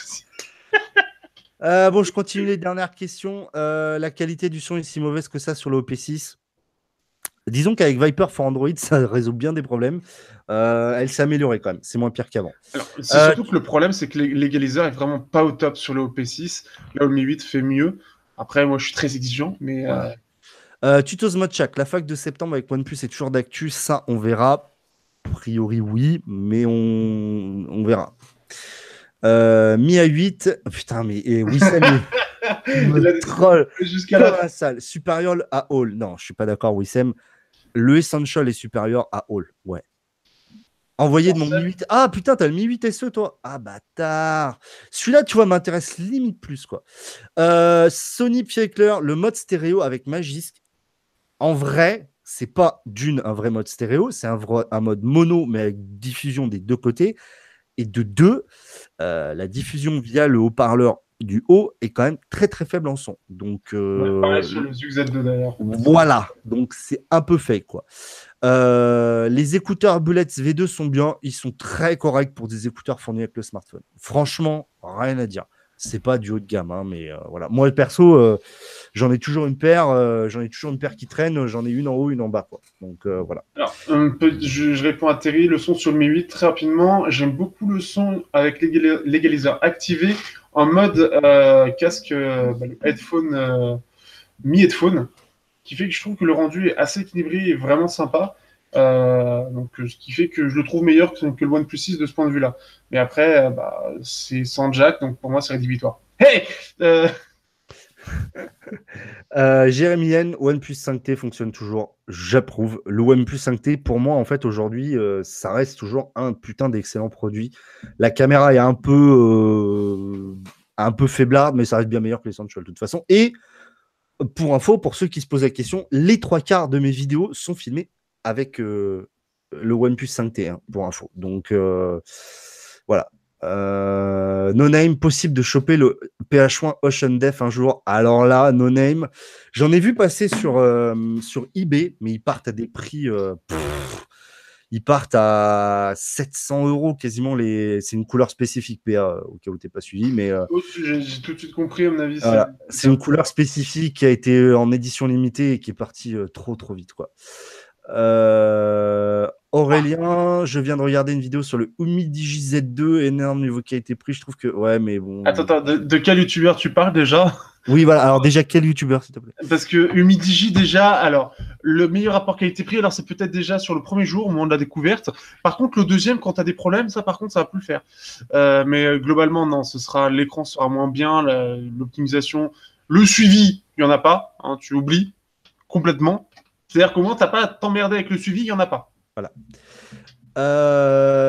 Bon, je continue les dernières questions. La qualité du son est si mauvaise que ça sur le OP6? Disons qu'avec Viper for Android, ça résout bien des problèmes. Elle s'est améliorée quand même. C'est moins pire qu'avant. Alors, c'est Euh, surtout que le problème, c'est que l'égaliseur est vraiment pas au top sur le OP6. Là où le Mi 8 fait mieux. Après, moi, je suis très exigeant, mais Tutos Modchak, la fac de septembre avec OnePlus est toujours d'actu. Ça, on verra. A priori, oui, mais on verra. Mi à 8. Putain, mais Wissam, il me troll jusqu'à comme la un sale. Supérieur à Hall. Non, je suis pas d'accord, Wissam. Le Essential est supérieur à Hall. Ouais. Envoyé de mon Mi 8. Ah putain, t'as le Mi 8 SE, toi. Ah bâtard. Celui-là, tu vois, m'intéresse limite plus, quoi. Sony Piekler, le mode stéréo avec Magisk. En vrai, c'est pas un vrai mode stéréo, c'est un mode mono, mais avec diffusion des deux côtés. Et de deux, la diffusion via le haut-parleur du haut est quand même très très faible en son. Donc pareil sur le Zug Z2 d'ailleurs. voilà, donc c'est un peu fake quoi. Les écouteurs Bullets V2 sont bien, ils sont très corrects pour des écouteurs fournis avec le smartphone. Franchement, rien à dire. C'est pas du haut de gamme, hein, mais voilà. Moi perso, j'en ai toujours une paire, qui traîne, j'en ai une en haut, une en bas, quoi. Donc voilà. Alors, je réponds à Terry, le son sur le Mi 8 très rapidement. J'aime beaucoup le son avec l'égaliseur activé en mode casque, le headphone, Mi Headphone, qui fait que je trouve que le rendu est assez équilibré et vraiment sympa. Donc, ce qui fait que je le trouve meilleur que le OnePlus 6 de ce point de vue-là. Mais après, c'est sans jack, donc pour moi, c'est rédhibitoire. Hey Jérémy N, OnePlus 5T fonctionne toujours, j'approuve. Le OnePlus 5T, pour moi, en fait, aujourd'hui, ça reste toujours un putain d'excellent produit. La caméra est un peu faiblarde, mais ça reste bien meilleur que l'Essential de toute façon. Et pour info, pour ceux qui se posent la question, les 3 quarts de mes vidéos sont filmées avec le OnePlus 5T, hein, pour info. Donc voilà. No Name, possible de choper le PH1 Ocean Def un jour. Alors là, No Name, j'en ai vu passer sur eBay, mais ils partent à des prix. Ils partent à 700 € quasiment. C'est une couleur spécifique PA, au cas où tu n'es pas suivi. Mais j'ai tout de suite compris, à mon avis. voilà. C'est une couleur spécifique qui a été en édition limitée et qui est partie trop vite, quoi. Aurélien, je viens de regarder une vidéo sur le Umidigi Z2, énorme niveau qui a été pris. Je trouve que ouais, mais bon. Attends, de quel youtubeur tu parles déjà? Oui, voilà. Alors déjà, quel youtubeur, s'il te plaît? Parce que Humidigi, déjà, alors, le meilleur rapport qualité-prix, alors c'est peut-être déjà sur le premier jour, au moment de la découverte. Par contre, le deuxième, quand tu as des problèmes, ça, par contre, ça va plus le faire. Mais globalement, non, l'écran sera moins bien, l'optimisation, le suivi, il n'y en a pas, hein, tu oublies complètement. C'est-à-dire qu'au moins, tu n'as pas à t'emmerder avec le suivi, il n'y en a pas. Voilà.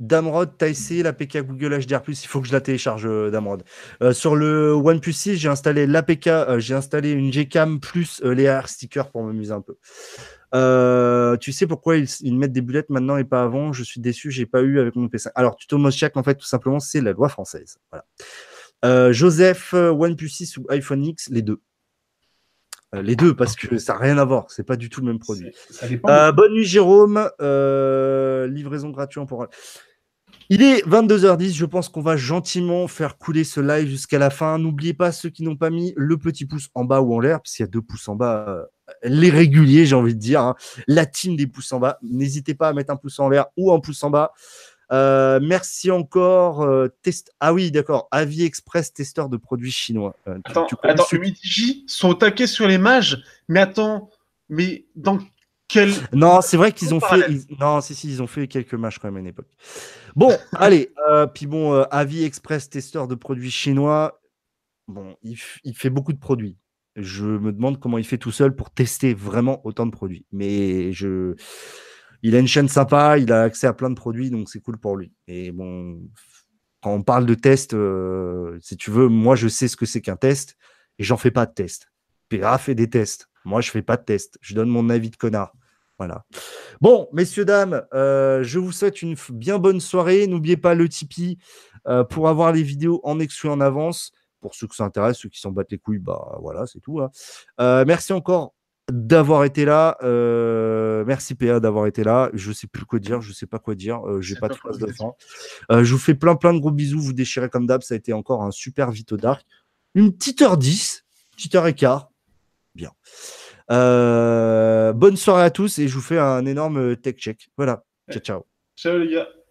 Damrod, t'as essayé l'APK Google HDR+, il faut que je la télécharge, Damrod. Sur le OnePlus 6, j'ai installé l'APK, j'ai installé une Gcam plus les AR stickers pour m'amuser un peu. Tu sais pourquoi ils mettent des bulettes maintenant et pas avant? Je suis déçu, j'ai pas eu avec mon P5. Alors, Tuto Moschiak, en fait, tout simplement, c'est la loi française. Voilà. Joseph, OnePlus 6 ou iPhone X, les deux. Les deux, parce que ça n'a rien à voir. C'est pas du tout le même produit. Ça dépend. Bonne nuit, Jérôme. Livraison gratuite pour. Il est 22h10. Je pense qu'on va gentiment faire couler ce live jusqu'à la fin. N'oubliez pas, ceux qui n'ont pas mis le petit pouce en bas ou en l'air, parce qu'il y a 2 pouces en bas, les réguliers, j'ai envie de dire. Hein. La team des pouces en bas. N'hésitez pas à mettre un pouce en l'air ou un pouce en bas. Merci encore. Ah oui, d'accord. Avis Express, testeur de produits chinois. Attends, Umidigi sont au taquet sur les mages, mais attends, mais dans quel... Non, c'est vrai qu'ils ont fait... Non, si, ils ont fait quelques matchs quand même à une époque. Bon, allez. Puis bon, Avis Express, testeur de produits chinois. Bon, il fait beaucoup de produits. Je me demande comment il fait tout seul pour tester vraiment autant de produits. Mais il a une chaîne sympa, il a accès à plein de produits, donc c'est cool pour lui. Et bon, quand on parle de test, si tu veux, moi je sais ce que c'est qu'un test et j'en fais pas de test. PA fait des tests. Moi, je fais pas de test. Je donne mon avis de connard. Voilà. Bon, messieurs, dames, je vous souhaite une bien bonne soirée. N'oubliez pas le Tipeee pour avoir les vidéos en exclu en avance. Pour ceux que ça intéresse, ceux qui s'en battent les couilles, bah voilà, c'est tout. Hein. Merci encore d'avoir été là. Merci PA d'avoir été là. Je sais plus quoi dire, je sais pas quoi dire. J'ai pas de phrase de fin. Je vous fais plein de gros bisous. Vous déchirez comme d'hab. Ça a été encore un super Vito Dark. Une petite heure 10, petite heure et quart. Bien. Bonne soirée à tous et je vous fais un énorme tech check. Voilà. Ciao, ciao. Ciao les gars.